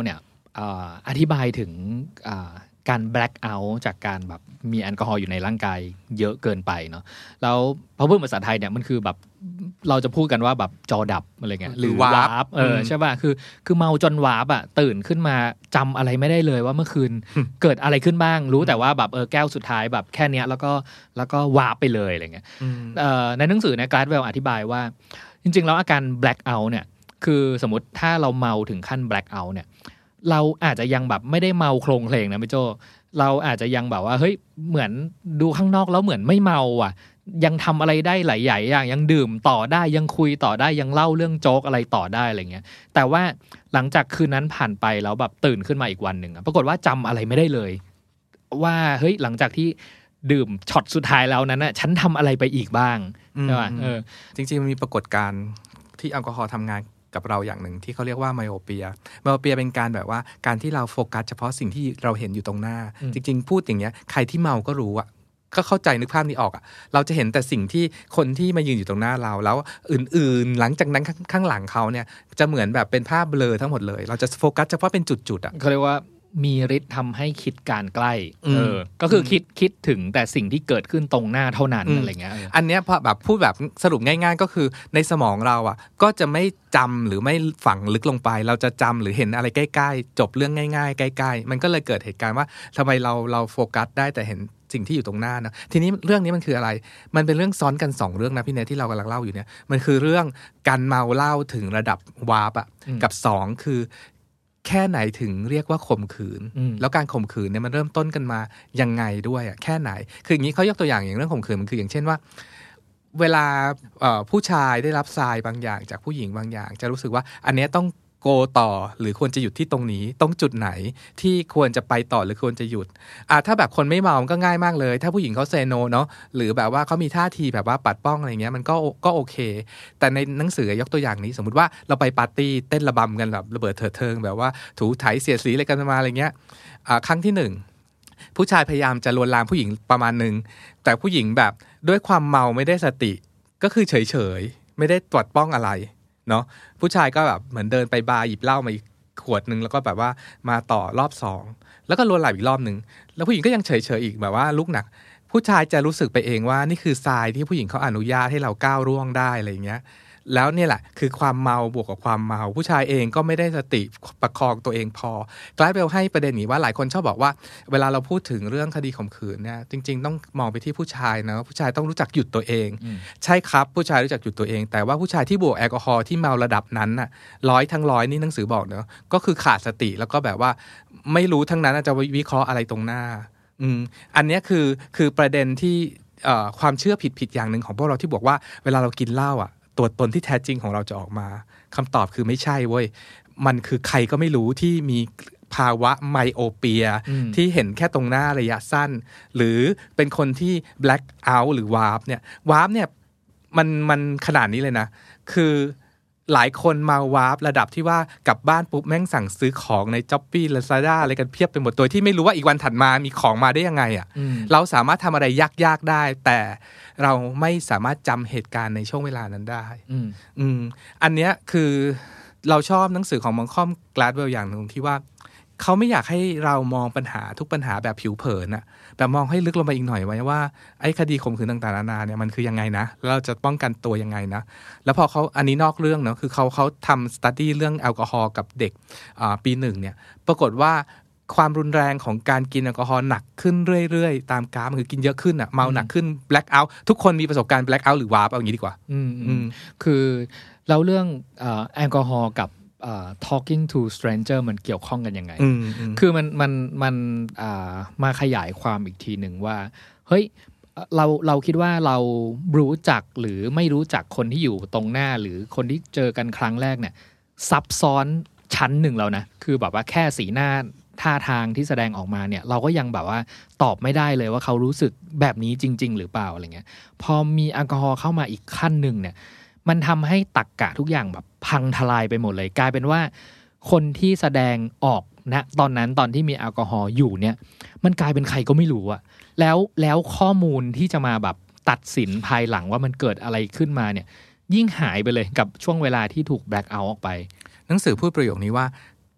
อ่าอธิบายถึงอ่าการ black out จากการแบบมีแอลกอฮอล์อยู่ในร่างกายเยอะเกินไปเนาะแล้วพอพูดภาษาไทยเนี่ยมันคือแบบเราจะพูดกันว่าแบบจอดับอะไรเงี้ยหรือวาร์ปเออใช่ป่ะคือคือเมาจนวาร์ปอ่ะตื่นขึ้นมาจำอะไรไม่ได้เลยว่าเมื่อคืนเกิดอะไรขึ้นบ้างรู้แต่ว่าแบบเออแก้วสุดท้ายแบบแค่เนี้ยแล้วก็แล้วก็วาร์ปไปเลยอะไรเงี้ยเอ่อในหนังสือเนี่ยกราดเวลอธิบายว่าจริงๆแล้วอาการ black out เนี่ยคือสมมติถ้าเราเมาถึงขั้น black out เนี่ยเราอาจจะยังแบบไม่ได้เมาโครงเพลงนะพี่โจเราอาจจะยังแบบว่าเฮ้ยเหมือนดูข้างนอกแล้วเหมือนไม่เมาอ่ะยังทำอะไรได้หลายอย่างยังดื่มต่อได้ยังคุยต่อได้ยังเล่าเรื่องโจ๊กอะไรต่อได้อะไรเงี้ยแต่ว่าหลังจากคืนนั้นผ่านไปแล้วแบบตื่นขึ้นมาอีกวันหนึ่งปรากฏว่าจำอะไรไม่ได้เลยว่าเฮ้ยหลังจากที่ดื่มช็อตสุดท้ายแล้วนั้นน่ะฉันทำอะไรไปอีกบ้างใช่ป่ะเออจริงๆมันมีปรากฏการณ์ที่แอลกอฮอล์ทำงานกับเราอย่างหนึ่งที่เขาเรียกว่าไมโอเปียไมโอเปียเป็นการแบบว่าการที่เราโฟกัสเฉพาะสิ่งที่เราเห็นอยู่ตรงหน้าจริงๆพูดอย่างเงี้ยใครที่เมาก็รู้อะก็เข้าใจนึกภาพนี้ออกอะเราจะเห็นแต่สิ่งที่คนที่มายืนอยู่ตรงหน้าเราแล้วอื่นๆหลังจากนั้นข้างหลังเขาเนี่ยจะเหมือนแบบเป็นภาพเบลอทั้งหมดเลยเราจะโฟกัสเฉพาะเป็นจุดๆอะเขาเรียกว่ามีฤทธิ์ทำให้คิดการใกล้เออก็คือคิดคิดถึงแต่สิ่งที่เกิดขึ้นตรงหน้าเท่านั้นอะไรเงี้ยอันเนี้ยพอแบบพูดแบบสรุปง่ายๆก็คือในสมองเราอ่ะก็จะไม่จำหรือไม่ฝังลึกลงไปเราจะจำหรือเห็นอะไรใกล้ๆจบเรื่องง่ายๆใกล้ๆมันก็เลยเกิดเหตุการณ์ว่าทำไมเราเราโฟกัสได้แต่เห็นสิ่งที่อยู่ตรงหน้านะทีนี้เรื่องนี้มันคืออะไรมันเป็นเรื่องซ้อนกันสองเรื่องนะพี่เนทที่เรากำลังเล่าอยู่เนี่ยมันคือเรื่องการเมาเหล้าถึงระดับวาร์ปอ่ะกับสองคือแค่ไหนถึงเรียกว่าข่มขืนแล้วการข่มขืนเนี่ยมันเริ่มต้นกันมายังไงด้วยอ่ะแค่ไหนคืออย่างนี้เขายกตัวอย่างอย่างเรื่องข่มขืนมันคืออย่างเช่นว่าเวลาผู้ชายได้รับทรายบางอย่างจากผู้หญิงบางอย่างจะรู้สึกว่าอันนี้ต้องโกต่อหรือควรจะหยุดที่ตรงนี้ตรงจุดไหนที่ควรจะไปต่อหรือควรจะหยุดอ่ะถ้าแบบคนไม่เมามันก็ง่ายมากเลยถ้าผู้หญิงเขาเซโนเนาะหรือแบบว่าเขามีท่าทีแบบว่าปัดป้องอะไรเงี้ยมันก็ก็โอเคแต่ในหนังสือยกตัวอย่างนี้สมมุติว่าเราไปปาร์ตี้เต้นระบำกันแบบระเบิดเถิดเทิงแบบว่าถูไถเสียดสีอะไรกันมาอะไรเงี้ยอ่าครั้งที่หนึ่งผู้ชายพยายามจะลวนลามผู้หญิงประมาณนึงแต่ผู้หญิงแบบด้วยความเมาไม่ได้สติก็คือเฉยๆไม่ได้ตรวจป้องอะไรเนาะผู้ชายก็แบบเหมือนเดินไปบาร์หยิบเหล้ามาอีกขวดนึงแล้วก็แบบว่ามาต่อรอบสองแล้วก็ลวนลามอีกรอบนึงแล้วผู้หญิงก็ยังเฉยๆอีกแบบว่าลุกหนักผู้ชายจะรู้สึกไปเองว่านี่คือทรายที่ผู้หญิงเขาอนุญาตให้เราก้าวร่วงได้อะไรอย่างเงี้ยแล้วเนี่ยแหละคือความเมาบวกกับความเมาผู้ชายเองก็ไม่ได้สติประคองตัวเองพอกลายเป็นให้ประเด็นนี้ว่าหลายคนชอบบอกว่าเวลาเราพูดถึงเรื่องคดีข่มขืนเนี่ยจริงๆต้องมองไปที่ผู้ชายนะผู้ชายต้องรู้จักหยุดตัวเองใช่ครับผู้ชายรู้จักหยุดตัวเองแต่ว่าผู้ชายที่บวกแอลกอฮอล์ที่เมาระดับนั้นน่ะร้อยทั้งร้อยนี่หนังสือบอกเนอะก็คือขาดสติแล้วก็แบบว่าไม่รู้ทั้งนั้นจะวิเคราะห์อะไรตรงหน้าอืมอันนี้คือคือประเด็นที่ความเชื่อผิดๆอย่างนึงของพวกเราที่บอกว่าเวลาเรากินเหล้าอ่ะตัวตนที่แท้จริงของเราจะออกมาคำตอบคือไม่ใช่เว้ยมันคือใครก็ไม่รู้ที่มีภาวะไมโอเปียที่เห็นแค่ตรงหน้าระยะสั้นหรือเป็นคนที่ black out หรือ warp เนี่ย warp เนี่ยมันมันขนาดนี้เลยนะคือหลายคนมาวาร์ประดับที่ว่ากลับบ้านปุ๊บแม่งสั่งซื้อของใน Shopee Lazada อะไรกันเพียบไปหมดโดยที่ไม่รู้ว่าอีกวันถัดมามีของมาได้ยังไงอ่ะเราสามารถทำอะไรยากๆได้แต่เราไม่สามารถจำเหตุการณ์ในช่วงเวลานั้นได้อืมอันเนี้ยคือเราชอบหนังสือของมัลคอม กลาดเวลอย่างนึงที่ว่าเขาไม่อยากให้เรามองปัญหาทุกปัญหาแบบผิวเผินน่ะแต่มองให้ลึกลงไปอีกหน่อยไว้ว่าไอ้คดีข่มขืนต่างๆนานาเนี่ยมันคือยังไงนะแล้วเราจะป้องกันตัวยังไงนะแล้วพอเขาอันนี้นอกเรื่องเนาะคือเขาเขาทำสตั๊ดดี้เรื่องแอลกอฮอล์กับเด็กปีหนึ่งเนี่ยปรากฏว่าความรุนแรงของการกินแอลกอฮอล์หนักขึ้นเรื่อยๆตามกราฟคือกินเยอะขึ้นอ่ะเมาหนักขึ้น black out ทุกคนมีประสบการณ์ black out หรือ warp เอาอย่างนี้ดีกว่าอืมคือแล้วเรื่องแอลกอฮอล์กับUh, talking to stranger มันเกี่ยวข้องกันยังไงคือมันมันมันมาขยายความอีกทีหนึ่งว่าเฮ้ยเราเราคิดว่าเรารู้จักหรือไม่รู้จักคนที่อยู่ตรงหน้าหรือคนที่เจอกันครั้งแรกเนี่ยซับซ้อนชั้นหนึ่งแล้วนะคือแบบว่าแค่สีหน้าท่าทางที่แสดงออกมาเนี่ยเราก็ยังแบบว่าตอบไม่ได้เลยว่าเขารู้สึกแบบนี้จริงๆหรือเปล่าอะไรเงี้ยพอมีแอลกอฮอล์เข้ามาอีกขั้นหนึ่งเนี่ยมันทำให้ตรรกะทุกอย่างแบบพังทลายไปหมดเลยกลายเป็นว่าคนที่แสดงออกนะตอนนั้นตอนที่มีแอลกอฮอล์อยู่เนี่ยมันกลายเป็นใครก็ไม่รู้อะแล้วแล้วข้อมูลที่จะมาแบบตัดสินภายหลังว่ามันเกิดอะไรขึ้นมาเนี่ยยิ่งหายไปเลยกับช่วงเวลาที่ถูกแบล็คเอาท์ออกไปหนังสือพูดประโยคนี้ว่า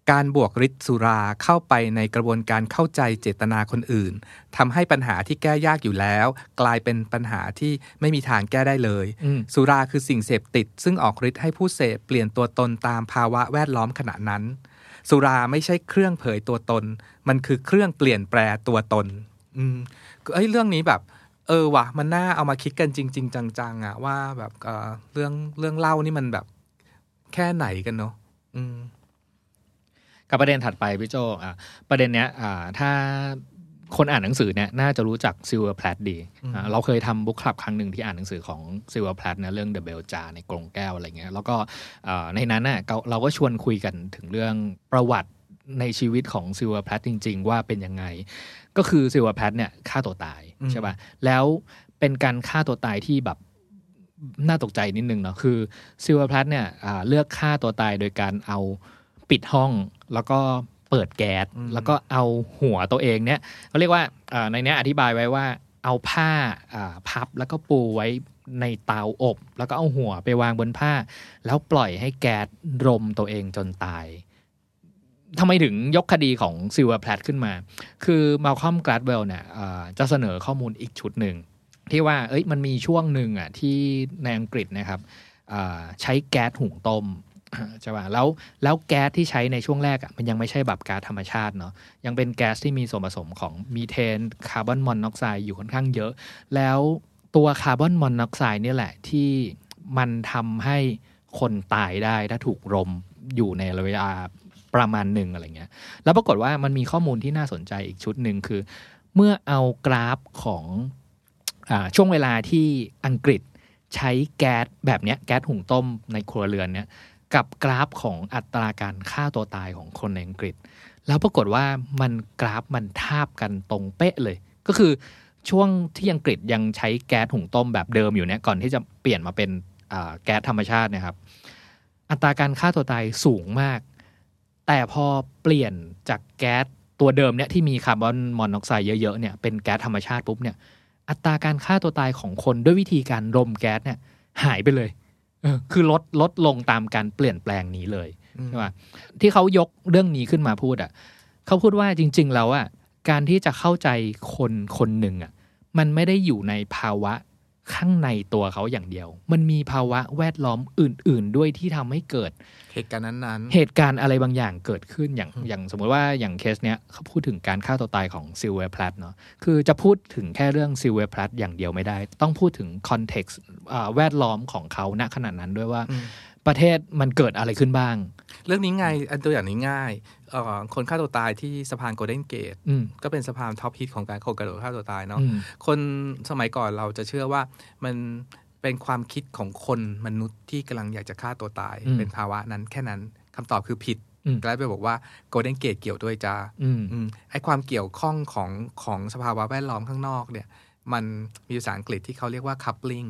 การบวกฤทธิ์สุราเข้าไปในกระบวนการเข้าใจเจตนาคนอื่นทำให้ปัญหาที่แก้ยากอยู่แล้วกลายเป็นปัญหาที่ไม่มีทางแก้ได้เลยสุราคือสิ่งเสพติดซึ่งออกฤทธิ์ให้ผู้เสพเปลี่ยนตัวตนตามภาวะแวดล้อมขณะนั้นสุราไม่ใช่เครื่องเผยตัวตนมันคือเครื่องเปลี่ยนแปลตัวตนอืมเอ้ยเรื่องนี้แบบเออว่ะมันน่าเอามาคิดกันจริงๆจังๆอะว่าแบบเออเรื่องเรื่องเล่านี่มันแบบแค่ไหนกันเนาะอืมกับประเด็นถัดไปพี่โจอ่ะประเด็นเนี้ยอ่าถ้าคนอ่านหนังสือเนี่ยน่าจะรู้จักซิลเวอร์แพลตดีอ่าเราเคยทำบุ๊คคลับครั้งหนึ่งที่อ่านหนังสือของซิลเวอร์แพลตนะเรื่อง The Bell Jar ในกรงแก้วอะไรเงี้ยแล้วก็ในนั้นน่ะเราก็ชวนคุยกันถึงเรื่องประวัติในชีวิตของซิลเวอร์แพลตจริงๆว่าเป็นยังไงก็คือซิลเวอร์แพลตเนี่ยฆ่าตัวตายใช่ป่ะแล้วเป็นการฆ่าตัวตายที่แบบน่าตกใจนิดนึงเนาะคือซิลเวอร์แพลตเนี่ยเลือกฆ่าตัวตายโดยการเอาปิดห้องแล้วก็เปิดแก๊สแล้วก็เอาหัวตัวเองเนี่ยเขาเรียกว่าในนี้อธิบายไว้ว่าเอาผ้าพับแล้วก็ปูไว้ในเตาอบแล้วก็เอาหัวไปวางบนผ้าแล้วปล่อยให้แก๊สรมตัวเองจนตายทำไมถึงยกคดีของซิลเวอร์แพลตขึ้นมาคือมาลคอม กลาดเวลเนี่ยจะเสนอข้อมูลอีกชุดหนึ่งที่ว่าเอ้ยมันมีช่วงหนึ่งอ่ะที่ในอังกฤษนะครับใช้แก๊สหุงต้มใช่ป่ะแล้วแล้วแก๊สที่ใช้ในช่วงแรกอ่ะมันยังไม่ใช่แบบก๊าซธรรมชาติเนาะยังเป็นแก๊สที่มีส่วนผสมของมีเทนคาร์บอนมอนอกไซด์อยู่ค่อนข้างเยอะแล้วตัวคาร์บอนมอนอกไซด์นี่แหละที่มันทำให้คนตายได้ถ้าถูกรมอยู่ในระยะประมาณหนึ่งอะไรเงี้ยแล้วปรากฏว่ามันมีข้อมูลที่น่าสนใจอีกชุดหนึ่งคือเมื่อเอากราฟของอ่าช่วงเวลาที่อังกฤษใช้แก๊สแบบเนี้ยแก๊สหุงต้มในครัวเรือนเนี้ยกับกราฟของอัตราการฆ่าตัวตายของคนในอังกฤษแล้วปรากฏว่ามันกราฟมันทาบกันตรงเป๊ะเลยก็คือช่วงที่อังกฤษยังใช้แก๊สหุงต้มแบบเดิมอยู่เนี่ยก่อนที่จะเปลี่ยนมาเป็นแก๊สธรรมชาตินะครับอัตราการฆ่าตัวตายสูงมากแต่พอเปลี่ยนจากแก๊สตัวเดิมเนี่ยที่มีคาร์บอนมอนอกไซด์เยอะๆเนี่ยเป็นแก๊สธรรมชาติปุ๊บเนี่ยอัตราการฆ่าตัวตายของคนด้วยวิธีการรมแก๊สเนี่ยหายไปเลยเออคือลดลดลงตามการเปลี่ยนแปลงนี้เลยใช่ป่ะที่เขายกเรื่องนี้ขึ้นมาพูดอ่ะเขาพูดว่าจริงๆแล้วอ่ะการที่จะเข้าใจคนคนหนึ่งอ่ะมันไม่ได้อยู่ในภาวะข้างในตัวเขาอย่างเดียวมันมีภาวะแวดล้อมอื่นๆด้วยที่ทำให้เกิดเหตุการณ์นั้นๆเหตุการณ์อะไรบางอย่างเกิดขึ้นอย่างอย่างสมมติว่าอย่างเคสเนี้ยเขาพูดถึงการฆ่าตัวตายของซิลเวอร์แพลตเนาะคือจะพูดถึงแค่เรื่องซิลเวอร์แพลตอย่างเดียวไม่ได้ต้องพูดถึงคอนเท็กซ์แวดล้อมของเขาณขณะนั้นด้วยว่าประเทศมันเกิดอะไรขึ้นบ้างเรื่องนี้ไงอันตัวอย่างนี้ง่ายคนฆ่าตัวตายที่สะพานโกลเด้นเกตก็เป็นสะพานท็อปฮิตของการคนกระโดดฆ่าตัวตายเนาะคนสมัยก่อนเราจะเชื่อว่ามันเป็นความคิดของคนมนุษย์ที่กำลังอยากจะฆ่าตัวตายเป็นภาวะนั้นแค่นั้นคำตอบคือผิดกลายไปบอกว่าโกลเด้นเกตเกี่ยวด้วยจ้าไอความเกี่ยวข้องของของสภาวะแวดล้อมข้างนอกเนี่ยมันมีภาษาอังกฤษที่เขาเรียกว่า coupling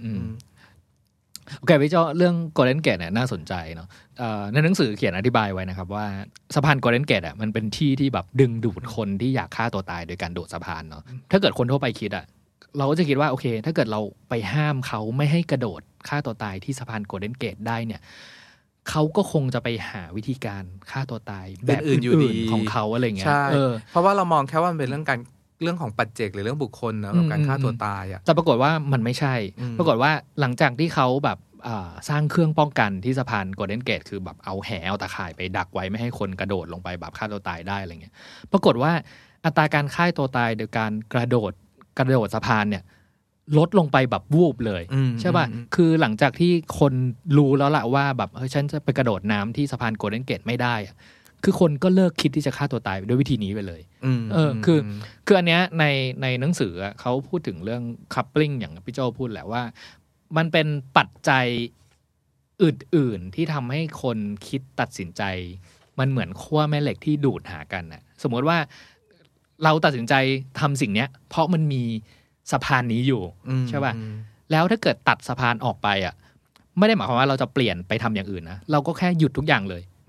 โอเคพี่เจ้าเรื่องโกลเด้นเกตเนี่ยน่าสนใจเนาะในหนังสือเขียนอธิบายไว้นะครับว่าสะพานโกลเด้นเกตอ่ะมันเป็นที่ที่แบบดึงดูดคนที่อยากฆ่าตัวตายโดยการโดดสะพานเนาะถ้าเกิดคนทั่วไปคิดอ่ะเราก็จะคิดว่าโอเคถ้าเกิดเราไปห้ามเขาไม่ให้กระโดดฆ่าตัวตายที่สะพานโกลเด้นเกตได้เนี่ยเขาก็คงจะไปหาวิธีการฆ่าตัวตายแบบอื่นอยู่ดีของเขาอะไรเงี้ยใช่เพราะว่าเรามองแค่ว่ามันเป็นเรื่องการเรื่องของปัจเจกหรือเรื่องบุคคลนะกับการฆ่าตัวตายอ่ะแต่ปรากฏว่ามันไม่ใช่ปรากฏว่าหลังจากที่เขาแบบสร้างเครื่องป้องกันที่สะพานโกลเด้นเกตคือแบบเอาแหเอาตะข่ายไปดักไว้ไม่ให้คนกระโดดลงไปแบบฆ่าตัวตายได้อะไรเงี้ยปรากฏว่าอัตราการฆ่าตัวตายโดยการกระโดดกระโดดสะพานเนี่ยลดลงไปแบบวูบเลยใช่ป่ะคือหลังจากที่คนรู้แล้วล่ะว่าแบบเฮ้ยฉันจะไปกระโดดน้ำที่สะพานโกลเด้นเกตไม่ได้คือคนก็เลิกคิดที่จะฆ่าตัวตายด้วยวิธีนี้ไปเลยเออคือคืออันเนี้ยในในหนังสือเขาพูดถึงเรื่อง coupling อย่างพี่โจพูดแหละว่ามันเป็นปัจจัยอื่นๆที่ทำให้คนคิดตัดสินใจมันเหมือนขั้วแม่เหล็กที่ดูดหากันน่ะสมมติว่าเราตัดสินใจทำสิ่งเนี้ยเพราะมันมีสะพานนี้อยู่ใช่ป่ะแล้วถ้าเกิดตัดสะพานออกไปอ่ะไม่ได้หมายความว่าเราจะเปลี่ยนไปทำอย่างอื่นนะเราก็แค่หยุดทุกอย่างเลย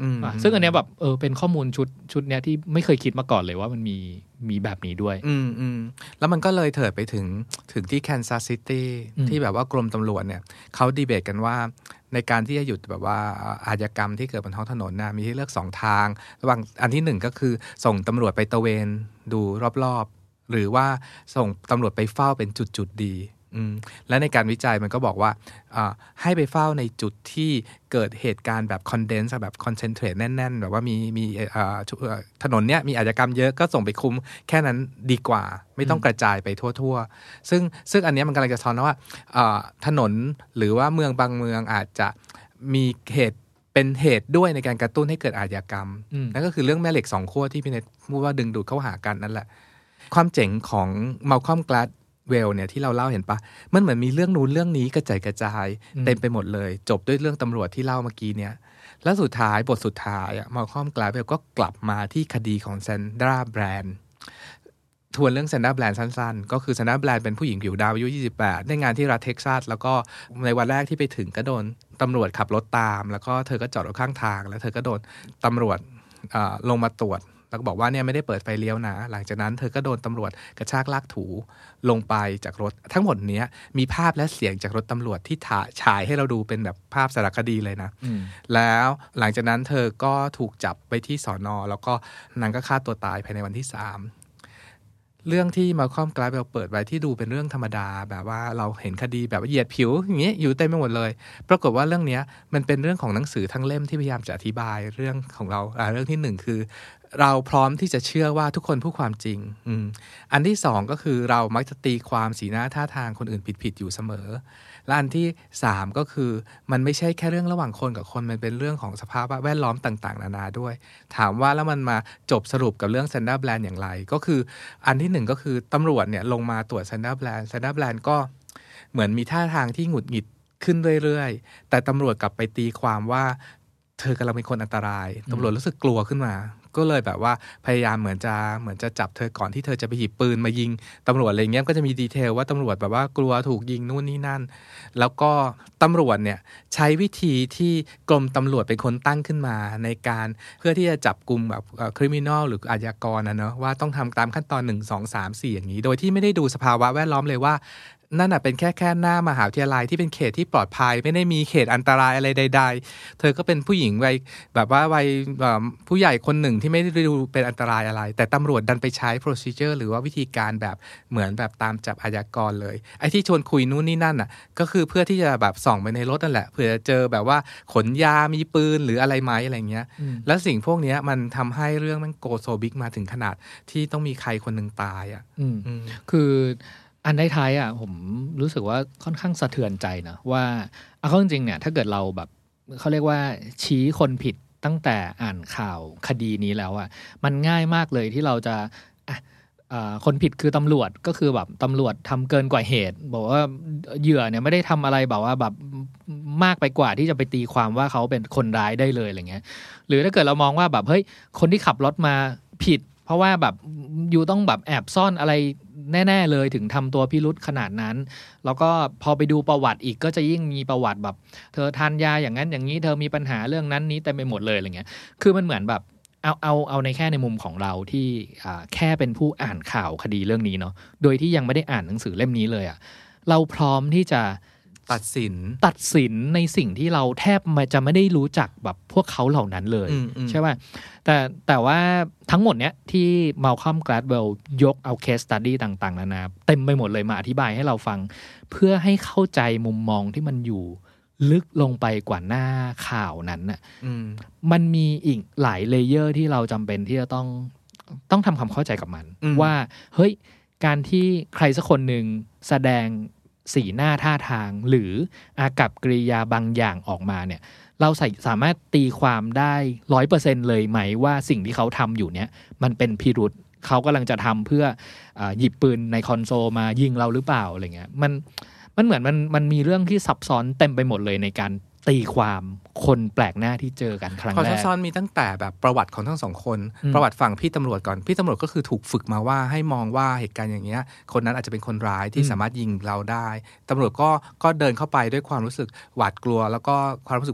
ซึ่งอันเนี้ยแบบเออเป็นข้อมูลชุดชุดเนี้ยที่ไม่เคยคิดมาก่อนเลยว่ามันมีมีแบบนี้ด้วยอืมอืมแล้วมันก็เลยเถิดไปถึงถึงที่แคนซัสซิตี้ที่แบบว่ากรมตำรวจเนี่ยเขาดีเบตกันว่าในการที่จะหยุดแบบว่าอาชญากรรมที่เกิดบนท้องถนนนะมีให้เลือกสองทางระหว่างอันที่หนึ่งก็คือส่งตำรวจไปตระเวนดูรอบๆหรือว่าส่งตำรวจไปเฝ้าเป็นจุดๆดีและในการวิจัยมันก็บอกว่าให้ไปเฝ้าในจุดที่เกิดเหตุการณ์แบบคอนเดนซ์แบบคอนเซนเทรตแน่นๆแบบว่ามีมีถนนเนี้ยมีอาชญากรรมเยอะก็ส่งไปคุมแค่นั้นดีกว่าไม่ต้องกระจายไปทั่วๆซึ่งซึ่งอันนี้มันกำลังจะสะท้อนว่าถนนหรือว่าเมืองบางเมืองอาจจะมีเหตุเป็นเหตุด้วยในการกระตุ้นให้เกิดอาชญากรรมนั่นก็คือเรื่องแม่เหล็กสองขั้วที่พี่เนทพูดว่าดึงดูดเข้าหากันนั่นแหละความเจ๋งของมัลคอม กลาดเวลเนี่ยที่เราเล่าเห็นปะมันเหมือนมีเรื่องนู้นเรื่องนี้กระจายกระจายเต็มไปหมดเลยจบด้วยเรื่องตำรวจที่เล่าเมื่อกี้เนี่ยแล้วสุดท้ายบทสุดท้ายอะมัลคอม กลาดเวลก็กลับมาที่คดีของแซนดราแบรนด์ทวนเรื่องแซนดราแบรนด์สั้นๆก็คือแซนดราแบรนด์เป็นผู้หญิงผิวดำอายุยี่สิบแปดได้งานที่รัฐเท็กซัสแล้วก็ในวันแรกที่ไปถึงก็โดนตำรวจขับรถตามแล้วก็เธอก็จอดรถข้างทางแล้วเธอก็โดนตำรวจลงมาตรวจแล้วก็บอกว่าเนี่ยไม่ได้เปิดไฟเลี้ยวนะหลังจากนั้นเธอก็โดนตำรวจกระชากลากถูลงไปจากรถทั้งหมดเนี้ยมีภาพและเสียงจากรถตำรวจที่ถ่ายฉายให้เราดูเป็นแบบภาพสารคดีเลยนะแล้วหลังจากนั้นเธอก็ถูกจับไปที่สอนอแล้วก็นางก็ฆ่าตัวตายภายในวันที่สามเรื่องที่มัลคอม กลาดเวลเปิดไว้ที่ดูเป็นเรื่องธรรมดาแบบว่าเราเห็นคดีแบบเหยียดผิวอย่างเงี้ยอยู่เต็มไปหมดเลยปรากฏว่าเรื่องนี้มันเป็นเรื่องของหนังสือทั้งเล่มที่พยายามจะอธิบายเรื่องของเราอ่าเรื่องที่หนึ่งคือเราพร้อมที่จะเชื่อว่าทุกคนพูดความจริงอืมอันที่สองก็คือเรามักจะตีความสีหน้าท่าทางคนอื่นผิดๆอยู่เสมอและอันที่สามก็คือมันไม่ใช่แค่เรื่องระหว่างคนกับคนมันเป็นเรื่องของสภาพแวดล้อมต่างๆนานาด้วยถามว่าแล้วมันมาจบสรุปกับเรื่องแซนดราแบรนด์อย่างไรก็คืออันที่หนึ่งก็คือตำรวจเนี่ยลงมาตรวจแซนดราแบรนด์แซนดราแบรนด์ก็เหมือนมีท่าทางที่หงุดหงิดขึ้นเรื่อยๆแต่ตำรวจกลับไปตีความว่าเธอกำลังเป็นคนอันตรายตำรวจรู้สึกกลัวขึ้นมาก็เลยแบบว่าพยายามเหมือนจะเหมือนจะจับเธอก่อนที่เธอจะไปหยิบปืนมายิงตำรวจอะไรเงี้ยก็จะมีดีเทลว่าตำรวจแบบว่ากลัวถูกยิงนู่นนี่นั่นแล้วก็ตำรวจเนี่ยใช้วิธีที่กรมตำรวจเป็นคนตั้งขึ้นมาในการเพื่อที่จะจับกลุ่มแบบคริมินอลหรืออาชญากรนะเนาะว่าต้องทำตามขั้นตอนหนึ่ง สอง สาม สี่อย่างนี้โดยที่ไม่ได้ดูสภาวะแวดล้อมเลยว่านั่นน่ะเป็นแค่แค่หน้ามหาวิทยาลัยที่เป็นเขตที่ปลอดภัยไม่ได้มีเขตอันตรายอะไรใดๆเธอก็เป็นผู้หญิงวัยแบบว่าวัยผู้ใหญ่คนหนึ่งที่ไม่ได้ดูเป็นอันตรายอะไรแต่ตำรวจดันไปใช้ procedure หรือว่าวิธีการแบบเหมือนแบบตามจับอาชญากรเลยไอ้ที่ชวนคุยนู่นนี่นั่นน่ะก็คือเพื่อที่จะแบบส่องไปในรถนั่นแหละเผื่อจะเจอแบบว่าขนยามีปืนหรืออะไรไหมอะไรเงี้ยแล้วสิ่งพวกนี้มันทำให้เรื่องมันโกโซบิกมาถึงขนาดที่ต้องมีใครคนหนึ่งตายอ่ะคืออันท้ายๆอ่ะผมรู้สึกว่าค่อนข้างสะเทือนใจนะว่าเอาเข้าจริงๆเนี่ยถ้าเกิดเราแบบเขาเรียกว่าชี้คนผิดตั้งแต่อ่านข่าวคดีนี้แล้วอ่ะมันง่ายมากเลยที่เราจะอ่ะคนผิดคือตำรวจก็คือแบบตำรวจทำเกินกว่าเหตุบอกว่าเหยื่อเนี่ยไม่ได้ทำอะไรแบบว่าแบบมากไปกว่าที่จะไปตีความว่าเขาเป็นคนร้ายได้เลยอะไรเงี้ยหรือถ้าเกิดเรามองว่าแบบเฮ้ยคนที่ขับรถมาผิดเพราะว่าแบบอยู่ต้องแบบแอบซ่อนอะไรแน่ๆเลยถึงทำตัวพิรุธขนาดนั้นแล้วก็พอไปดูประวัติอีกก็จะยิ่งมีประวัติแบบเธอทานยาอย่างนั้นอย่างนี้เธอมีปัญหาเรื่องนั้นนี้เต็มไปหมดเลยอะไรเงี้ยคือมันเหมือนแบบเอาเอาเอาในแค่ในมุมของเราที่อ่าแค่เป็นผู้อ่านข่าวคดีเรื่องนี้เนาะโดยที่ยังไม่ได้อ่านหนังสือเล่มนี้เลยอ่ะเราพร้อมที่จะตัดสินตัดสินในสิ่งที่เราแทบจะไม่ได้รู้จักแบบพวกเขาเหล่านั้นเลยใช่ป่ะแต่แต่ว่าทั้งหมดเนี้ยที่มัลคอม กลาดเวลยกเอาเคสสตัดดี้ต่างๆนานาเต็มไปหมดเลยมาอธิบายให้เราฟังเพื่อให้เข้าใจมุมมองที่มันอยู่ลึกลงไปกว่าหน้าข่าวนั้นน่ะมันมีอีกหลายเลเยอร์ที่เราจำเป็นที่จะต้องต้องทำความเข้าใจกับมันว่าเฮ้ยการที่ใครสักคนหนึ่งแสดงสีหน้าท่าทางหรืออากัปกิริยาบางอย่างออกมาเนี่ยเราสามารถตีความได้ ร้อยเปอร์เซ็นต์ เลยไหมว่าสิ่งที่เขาทำอยู่เนี่ยมันเป็นพิรุธเขากำลังจะทำเพื่ออ่าหยิบปืนในคอนโซลมายิงเราหรือเปล่าอะไรเงี้ยมันมันเหมือนมันมันมีเรื่องที่ซับซ้อนเต็มไปหมดเลยในการตีความคนแปลกหน้าที่เจอกันครั้งแรกความซับซ้อนมีตั้งแต่แบบประวัติของทั้งสองคนประวัติฝั่งพี่ตำรวจก่อนพี่ตำรวจก็คือถูกฝึกมาว่าให้มองว่าเหตุการณ์อย่างเงี้ยคนนั้นอาจจะเป็นคนร้ายที่สามารถยิงเราได้ตำรวจก็ก็เดินเข้าไปด้วยความรู้สึกหวาดกลัวแล้วก็ความรู้สึกว่า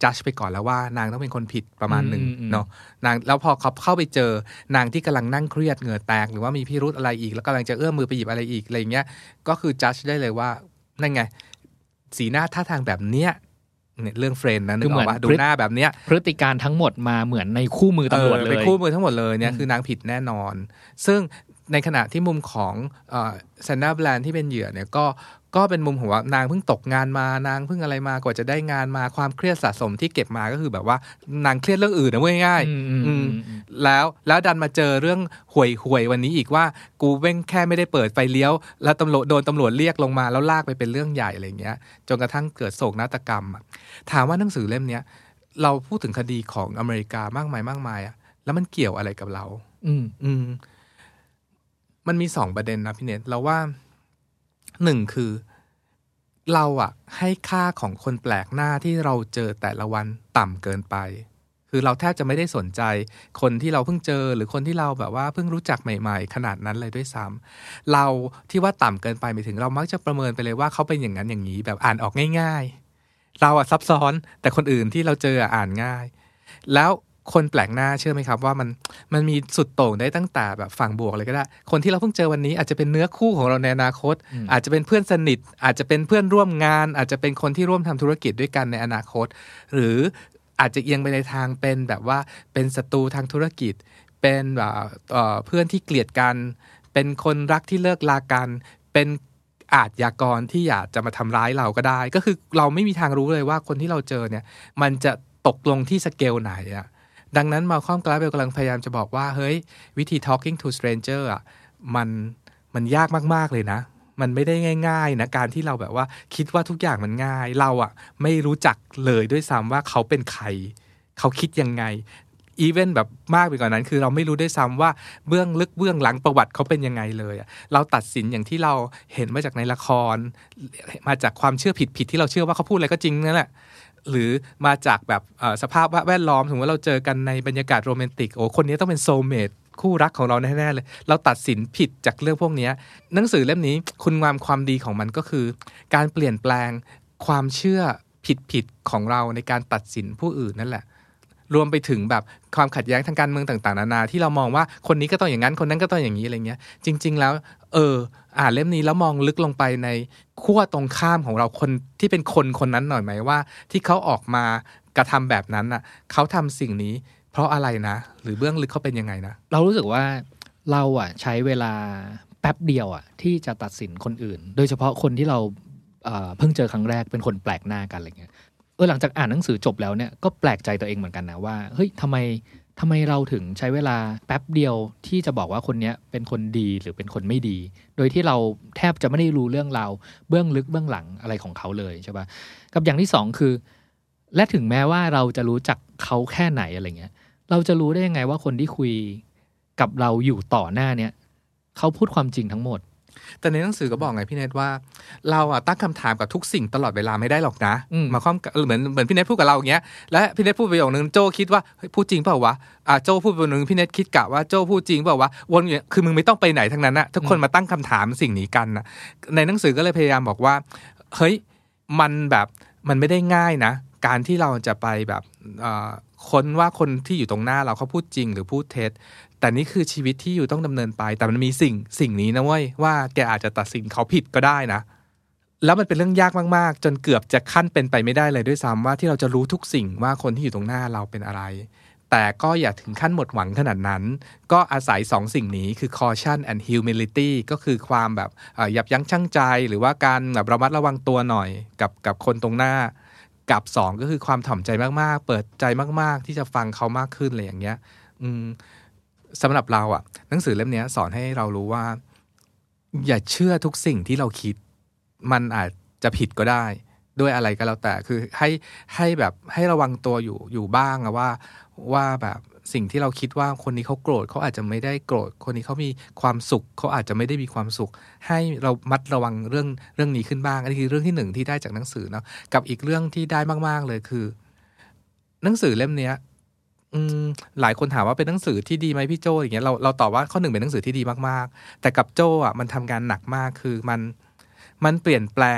จัดไปก่อนแล้วว่านางต้องเป็นคนผิดประมาณหนึ่งเนาะนางแล้วพอเขาเข้าไปเจอนางที่กำลังนั่งเครียดเหงื่อแตกหรือว่ามีพิรุธอะไรอีกแล้วกำลังจะเอื้อมมือไปหยิบอะไรอีกอะไรเงี้ยก็คือจัดได้เลยว่านั่นไงสีหน้าท่าทางแบบเนี้ยเนี่ยเรื่องเฟรนด์นะนึกออกว่าดูหน้าแบบเนี้ยพฤติการทั้งหมดมาเหมือนในคู่มือตำรวจเลยเป็นคู่มือทั้งหมดเลยเนี่ยคือนางผิดแน่นอนซึ่งในขณะที่มุมของเอ่อแซนด้าแบรนด์ที่เป็นเหยื่อเนี่ยก็ก็เป็นมุมของว่านางเพิ่งตกงานมานางเพิ่งอะไรมากว่าจะได้งานมาความเครียดสะสมที่เก็บมาก็คือแบบว่านางเครียดเรื่องอื่นนะง่ายๆแล้วแล้วดันมาเจอเรื่องห่วยห่วยวันนี้อีกว่ากูเว้งแค่ไม่ได้เปิดไฟเลี้ยวแล้วตำรวจโดนตำรวจเรียกลงมาแล้วลากไปเป็นเรื่องใหญ่อะไรเงี้ยจนกระทั่งเกิดโศกนาฏกรรมถามว่าหนังสือเล่มนี้เราพูดถึงคดีของอเมริกามากมายมากมายอะแล้วมันเกี่ยวอะไรกับเราอืมอืมมันมีสองประเด็นนะพี่เนทเราว่าหนึ่งคือเราอะให้ค่าของคนแปลกหน้าที่เราเจอแต่ละวันต่ำเกินไปคือเราแทบจะไม่ได้สนใจคนที่เราเพิ่งเจอหรือคนที่เราแบบว่าเพิ่งรู้จักใหม่ๆขนาดนั้นเลยด้วยซ้ำเราที่ว่าต่ำเกินไปหมายถึงเรามักจะประเมินไปเลยว่าเขาเป็นอย่างนั้นอย่างนี้แบบอ่านออกง่ายๆเราอะซับซ้อนแต่คนอื่นที่เราเจออ่านง่ายแล้วคนแปลกหน้าเชื่อไหมครับว่ามันมันมีสุดโต่งได้ตั้งแต่แบบฝั่งบวกเลยก็ได้คนที่เราเพิ่งเจอวันนี้อาจจะเป็นเนื้อคู่ของเราในอนาคต อ, อาจจะเป็นเพื่อนสนิทอาจจะเป็นเพื่อนร่วมงานอาจจะเป็นคนที่ร่วมทำธุรกิจด้วยกันในอนาคตหรืออาจจะเอียงไปในทางเป็นแบบว่าเป็นศัตรูทางธุรกิจเป็นแบบเอ่อเพื่อนที่เกลียดกันเป็นคนรักที่เลิกลากันเป็นอาชญากรที่อยากจะมาทำร้ายเราก็ได้ก็คือเราไม่มีทางรู้เลยว่าคนที่เราเจอเนี่ยมันจะตกลงที่สเกลไหนอะดังนั้นมาคอมกลาสเบลกำลังพยายามจะบอกว่าเฮ้ยวิธี talking to stranger อ่ะมันมันยากมากๆเลยนะมันไม่ได้ง่ายๆนะการที่เราแบบว่าคิดว่าทุกอย่างมันง่ายเราอ่ะไม่รู้จักเลยด้วยซ้ำว่าเขาเป็นใครเขาคิดยังไงอีเวนต์แบบมากไปกว่านั้นคือเราไม่รู้ด้วยซ้ำว่าเบื้องลึกเบื้องหลังประวัติเขาเป็นยังไงเลยเราตัดสินอย่างที่เราเห็นมาจากในละครมาจากความเชื่อผิดๆที่เราเชื่อว่าเขาพูดอะไรก็จริงนั่นแหละหรือมาจากแบบสภาพแวดล้อมถึงว่าเราเจอกันในบรรยากาศโรแมนติกโอ้คนนี้ต้องเป็นโซลเมทคู่รักของเราแน่ๆเลยเราตัดสินผิดจากเรื่องพวกนี้หนังสือเล่มนี้คุณงามความดีของมันก็คือการเปลี่ยนแปลงความเชื่อผิดๆของเราในการตัดสินผู้อื่นนั่นแหละรวมไปถึงแบบความขัดแย้งทางการเมืองต่างๆนานาที่เรามองว่าคนนี้ก็ต้องอย่างนั้นคนนั้นก็ต้องอย่างนี้อะไรเงี้ยจริงๆแล้วเอออ่านเล่มนี้แล้วมองลึกลงไปในขั้วตรงข้ามของเราคนที่เป็นคนคนนั้นหน่อยไหมว่าที่เขาออกมากระทำแบบนั้นน่ะเขาทำสิ่งนี้เพราะอะไรนะหรือเบื้องลึกเขาเป็นยังไงนะเรารู้สึกว่าเราอ่ะใช้เวลาแป๊บเดียวอ่ะที่จะตัดสินคนอื่นโดยเฉพาะคนที่เราเอ่อเพิ่งเจอครั้งแรกเป็นคนแปลกหน้ากันอะไรเงี้ยเออหลังจากอ่านหนังสือจบแล้วเนี่ยก็แปลกใจตัวเองเหมือนกันนะว่าเฮ้ยทำไมทำไมเราถึงใช้เวลาแป๊บเดียวที่จะบอกว่าคนนี้เป็นคนดีหรือเป็นคนไม่ดีโดยที่เราแทบจะไม่ได้รู้เรื่องราวเบื้องลึกเบื้องหลังอะไรของเขาเลยใช่ปะกับอย่างที่สองคือและถึงแม้ว่าเราจะรู้จักเขาแค่ไหนอะไรเงี้ยเราจะรู้ได้ยังไงว่าคนที่คุยกับเราอยู่ต่อหน้าเนี่ยเขาพูดความจริงทั้งหมดแต่ในหนังสือก็บอกไงพี่เนทว่าเราอะตั้งคำถามกับทุกสิ่งตลอดเวลาไม่ได้หรอกนะมาความเหมือนเหมือนพี่เนทพูดกับเราอย่างเงี้ยและพี่เนทพูดประโยคนึงโจคิดว่าพูดจริงเปล่าวะอ่าโจพูดประโยคนึงพี่เนทคิดกะว่าโจพูดจริงเปล่าวะวนอยู่คือมึงไม่ต้องไปไหนทั้งนั้นนะทุกคนมาตั้งคำถามสิ่งนี้กันนะในหนังสือก็เลยพยายามบอกว่าเฮ้ยมันแบบมันไม่ได้ง่ายนะการที่เราจะไปแบบค้นว่าคนที่อยู่ตรงหน้าเราเขาพูดจริงหรือพูดเท็จแต่นี่คือชีวิตที่อยู่ต้องดำเนินไปแต่มันมีสิ่งสิ่งนี้นะเว้ยว่าแกอาจจะตัดสินเขาผิดก็ได้นะแล้วมันเป็นเรื่องยากมากๆจนเกือบจะขั้นเป็นไปไม่ได้เลยด้วยซ้ำว่าที่เราจะรู้ทุกสิ่งว่าคนที่อยู่ตรงหน้าเราเป็นอะไรแต่ก็อย่าถึงขั้นหมดหวังขนาดนั้นก็อาศัยสองสิ่งนี้คือ caution and humility ก็คือความแบบยับยั้งชั่งใจหรือว่าการแบบระมัดระวังตัวหน่อยกับกับคนตรงหน้ากับสองก็คือความถ่อมใจมากๆเปิดใจมากๆที่จะฟังเขามากขึ้นอะไรอย่างเงี้ยอืมสำหรับเราอ่ะหนังสือเล่มนี้สอนให้เรารู้ว่าอย่าเชื่อทุกสิ่งที่เราคิดมันอาจจะผิดก็ได้ด้วยอะไรก็แล้วแต่คือให้ให้แบบให้ระวังตัวอยู่อยู่บ้างอะว่าว่าแบบสิ่งที่เราคิดว่าคนนี้เขาโกรธเขาอาจจะไม่ได้โกรธคนนี้เขามีความสุขเขาอาจจะไม่ได้มีความสุขให้เรามัดระวังเรื่องเรื่องนี้ขึ้นบ้างอันนี้คือเรื่องที่หนึ่งที่ได้จากหนังสือเนาะกับอีกเรื่องที่ได้มากๆเลยคือหนังสือเล่มนี้อืมหลายคนถามว่าเป็นหนังสือที่ดีไหมพี่โจอย่างเงี้ยเราเราตอบว่าข้อหนึ่งเป็นหนังสือที่ดีมากๆแต่กับโจอ่ะมันทำงานหนักมากคือมันมันเปลี่ยนแปลง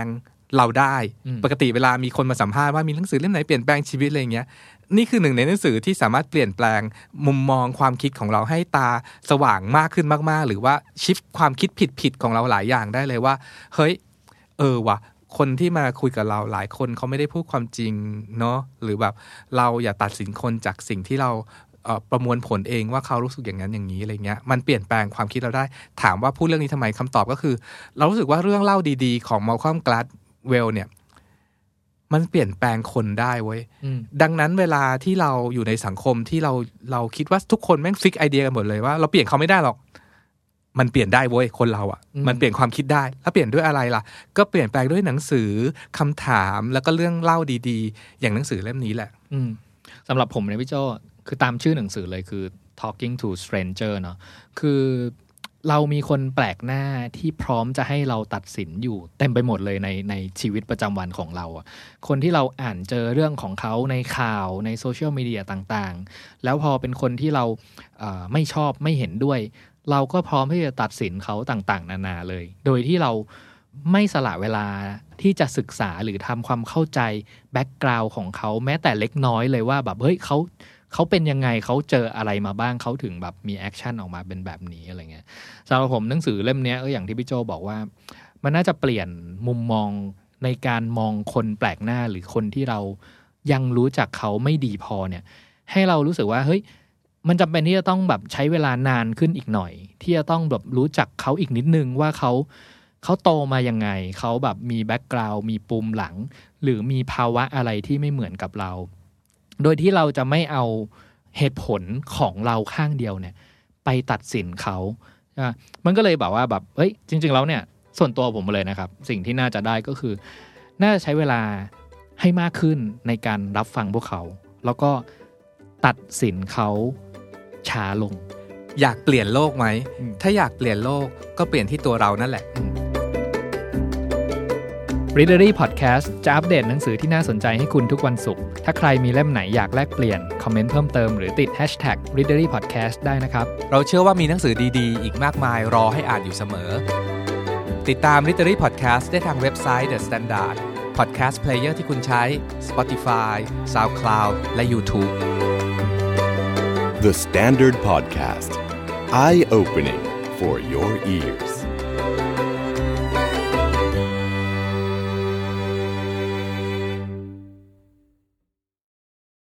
เราได้ปกติเวลามีคนมาสัมภาษณ์ว่ามีหนังสือเล่มไหนเปลี่ยนแปลงชีวิตอะไรเงี้ยนี่คือหนึ่งในหนังสือที่สามารถเปลี่ยนแปลงมุมมองความคิดของเราให้ตาสว่างมากขึ้นมากๆหรือว่าชิฟความคิดผิดๆของเราหลายอย่างได้เลยว่าเฮ้ยเออว่ะคนที่มาคุยกับเราหลายคนเขาไม่ได้พูดความจริงเนาะหรือแบบเราอย่าตัดสินคนจากสิ่งที่เราประมวลผลเองว่าเขารู้สึกอย่างนั้นอย่างนี้อะไรเงี้ยมันเปลี่ยนแปลงความคิดเราได้ถามว่าพูดเรื่องนี้ทำไมคำตอบก็คือเรารู้สึกว่าเรื่องเล่าดีๆของ Malcolm Gladwell เนี่ยมันเปลี่ยนแปลงคนได้เว้ยดังนั้นเวลาที่เราอยู่ในสังคมที่เราเราคิดว่าทุกคนแม่งฟิกไอเดียกันหมดเลยว่าเราเปลี่ยนเขาไม่ได้หรอกมันเปลี่ยนได้เว้ยคนเราอ่ะมันเปลี่ยนความคิดได้แล้วเปลี่ยนด้วยอะไรล่ะก็เปลี่ยนแปลงด้วยหนังสือคำถามแล้วก็เรื่องเล่าดีๆอย่างหนังสือเล่มนี้แหละสำหรับผมเนี่ยพี่โจคือตามชื่อหนังสือเลยคือ talking to stranger เนาะคือเรามีคนแปลกหน้าที่พร้อมจะให้เราตัดสินอยู่เต็มไปหมดเลยในในชีวิตประจำวันของเราอ่ะคนที่เราอ่านเจอเรื่องของเขาในข่าวในโซเชียลมีเดียต่างๆแล้วพอเป็นคนที่เราเอ่อไม่ชอบไม่เห็นด้วยเราก็พร้อมที่จะตัดสินเขาต่างๆนานาเลยโดยที่เราไม่สละเวลาที่จะศึกษาหรือทำความเข้าใจแบ็กกราวด์ของเขาแม้แต่เล็กน้อยเลยว่าแบบเฮ้ยเขาเขาเป็นยังไงเขาเจออะไรมาบ้างเขาถึงแบบมีแอคชั่นออกมาเป็นแบบนี้อะไรเงี้ยสำหรับผมหนังสือเล่มนี้ก็อย่างที่พี่โจบอกว่ามันน่าจะเปลี่ยนมุมมองในการมองคนแปลกหน้าหรือคนที่เรายังรู้จักเขาไม่ดีพอเนี่ยให้เรารู้สึกว่าเฮ้ยมันจำเป็นที่จะต้องแบบใช้เวลานานขึ้นอีกหน่อยที่จะต้องแบบรู้จักเขาอีกนิดนึงว่าเขาเขาโตมายังไงเขาแบบมีแบ็กกราวด์มีปุ่มหลังหรือมีภาวะอะไรที่ไม่เหมือนกับเราโดยที่เราจะไม่เอาเหตุผลของเราข้างเดียวเนี่ยไปตัดสินเขาอ่ะมันก็เลยแบบว่าแบบเอ้ยจริงๆแล้วเนี่ยส่วนตัวผมเลยนะครับสิ่งที่น่าจะได้ก็คือน่าจะใช้เวลาให้มากขึ้นในการรับฟังพวกเขาแล้วก็ตัดสินเขาช้าลงอยากเปลี่ยนโลกไหมถ้าอยากเปลี่ยนโลกก็เปลี่ยนที่ตัวเรานั่นแหละ Readery Podcast จะอัปเดตหนังสือที่น่าสนใจให้คุณทุกวันศุกร์ถ้าใครมีเล่มไหนอยากแลกเปลี่ยนคอมเมนต์เพิ่มเติมหรือติด แฮชแท็ก Readery Podcast ได้นะครับเราเชื่อว่ามีหนังสือดีๆอีกมากมายรอให้อ่านอยู่เสมอติดตาม Readery Podcast ได้ทางเว็บไซต์ The Standard Podcast Player ที่คุณใช้ Spotify, SoundCloud และ YouTube The Standard Podcast Eye Opening for your ears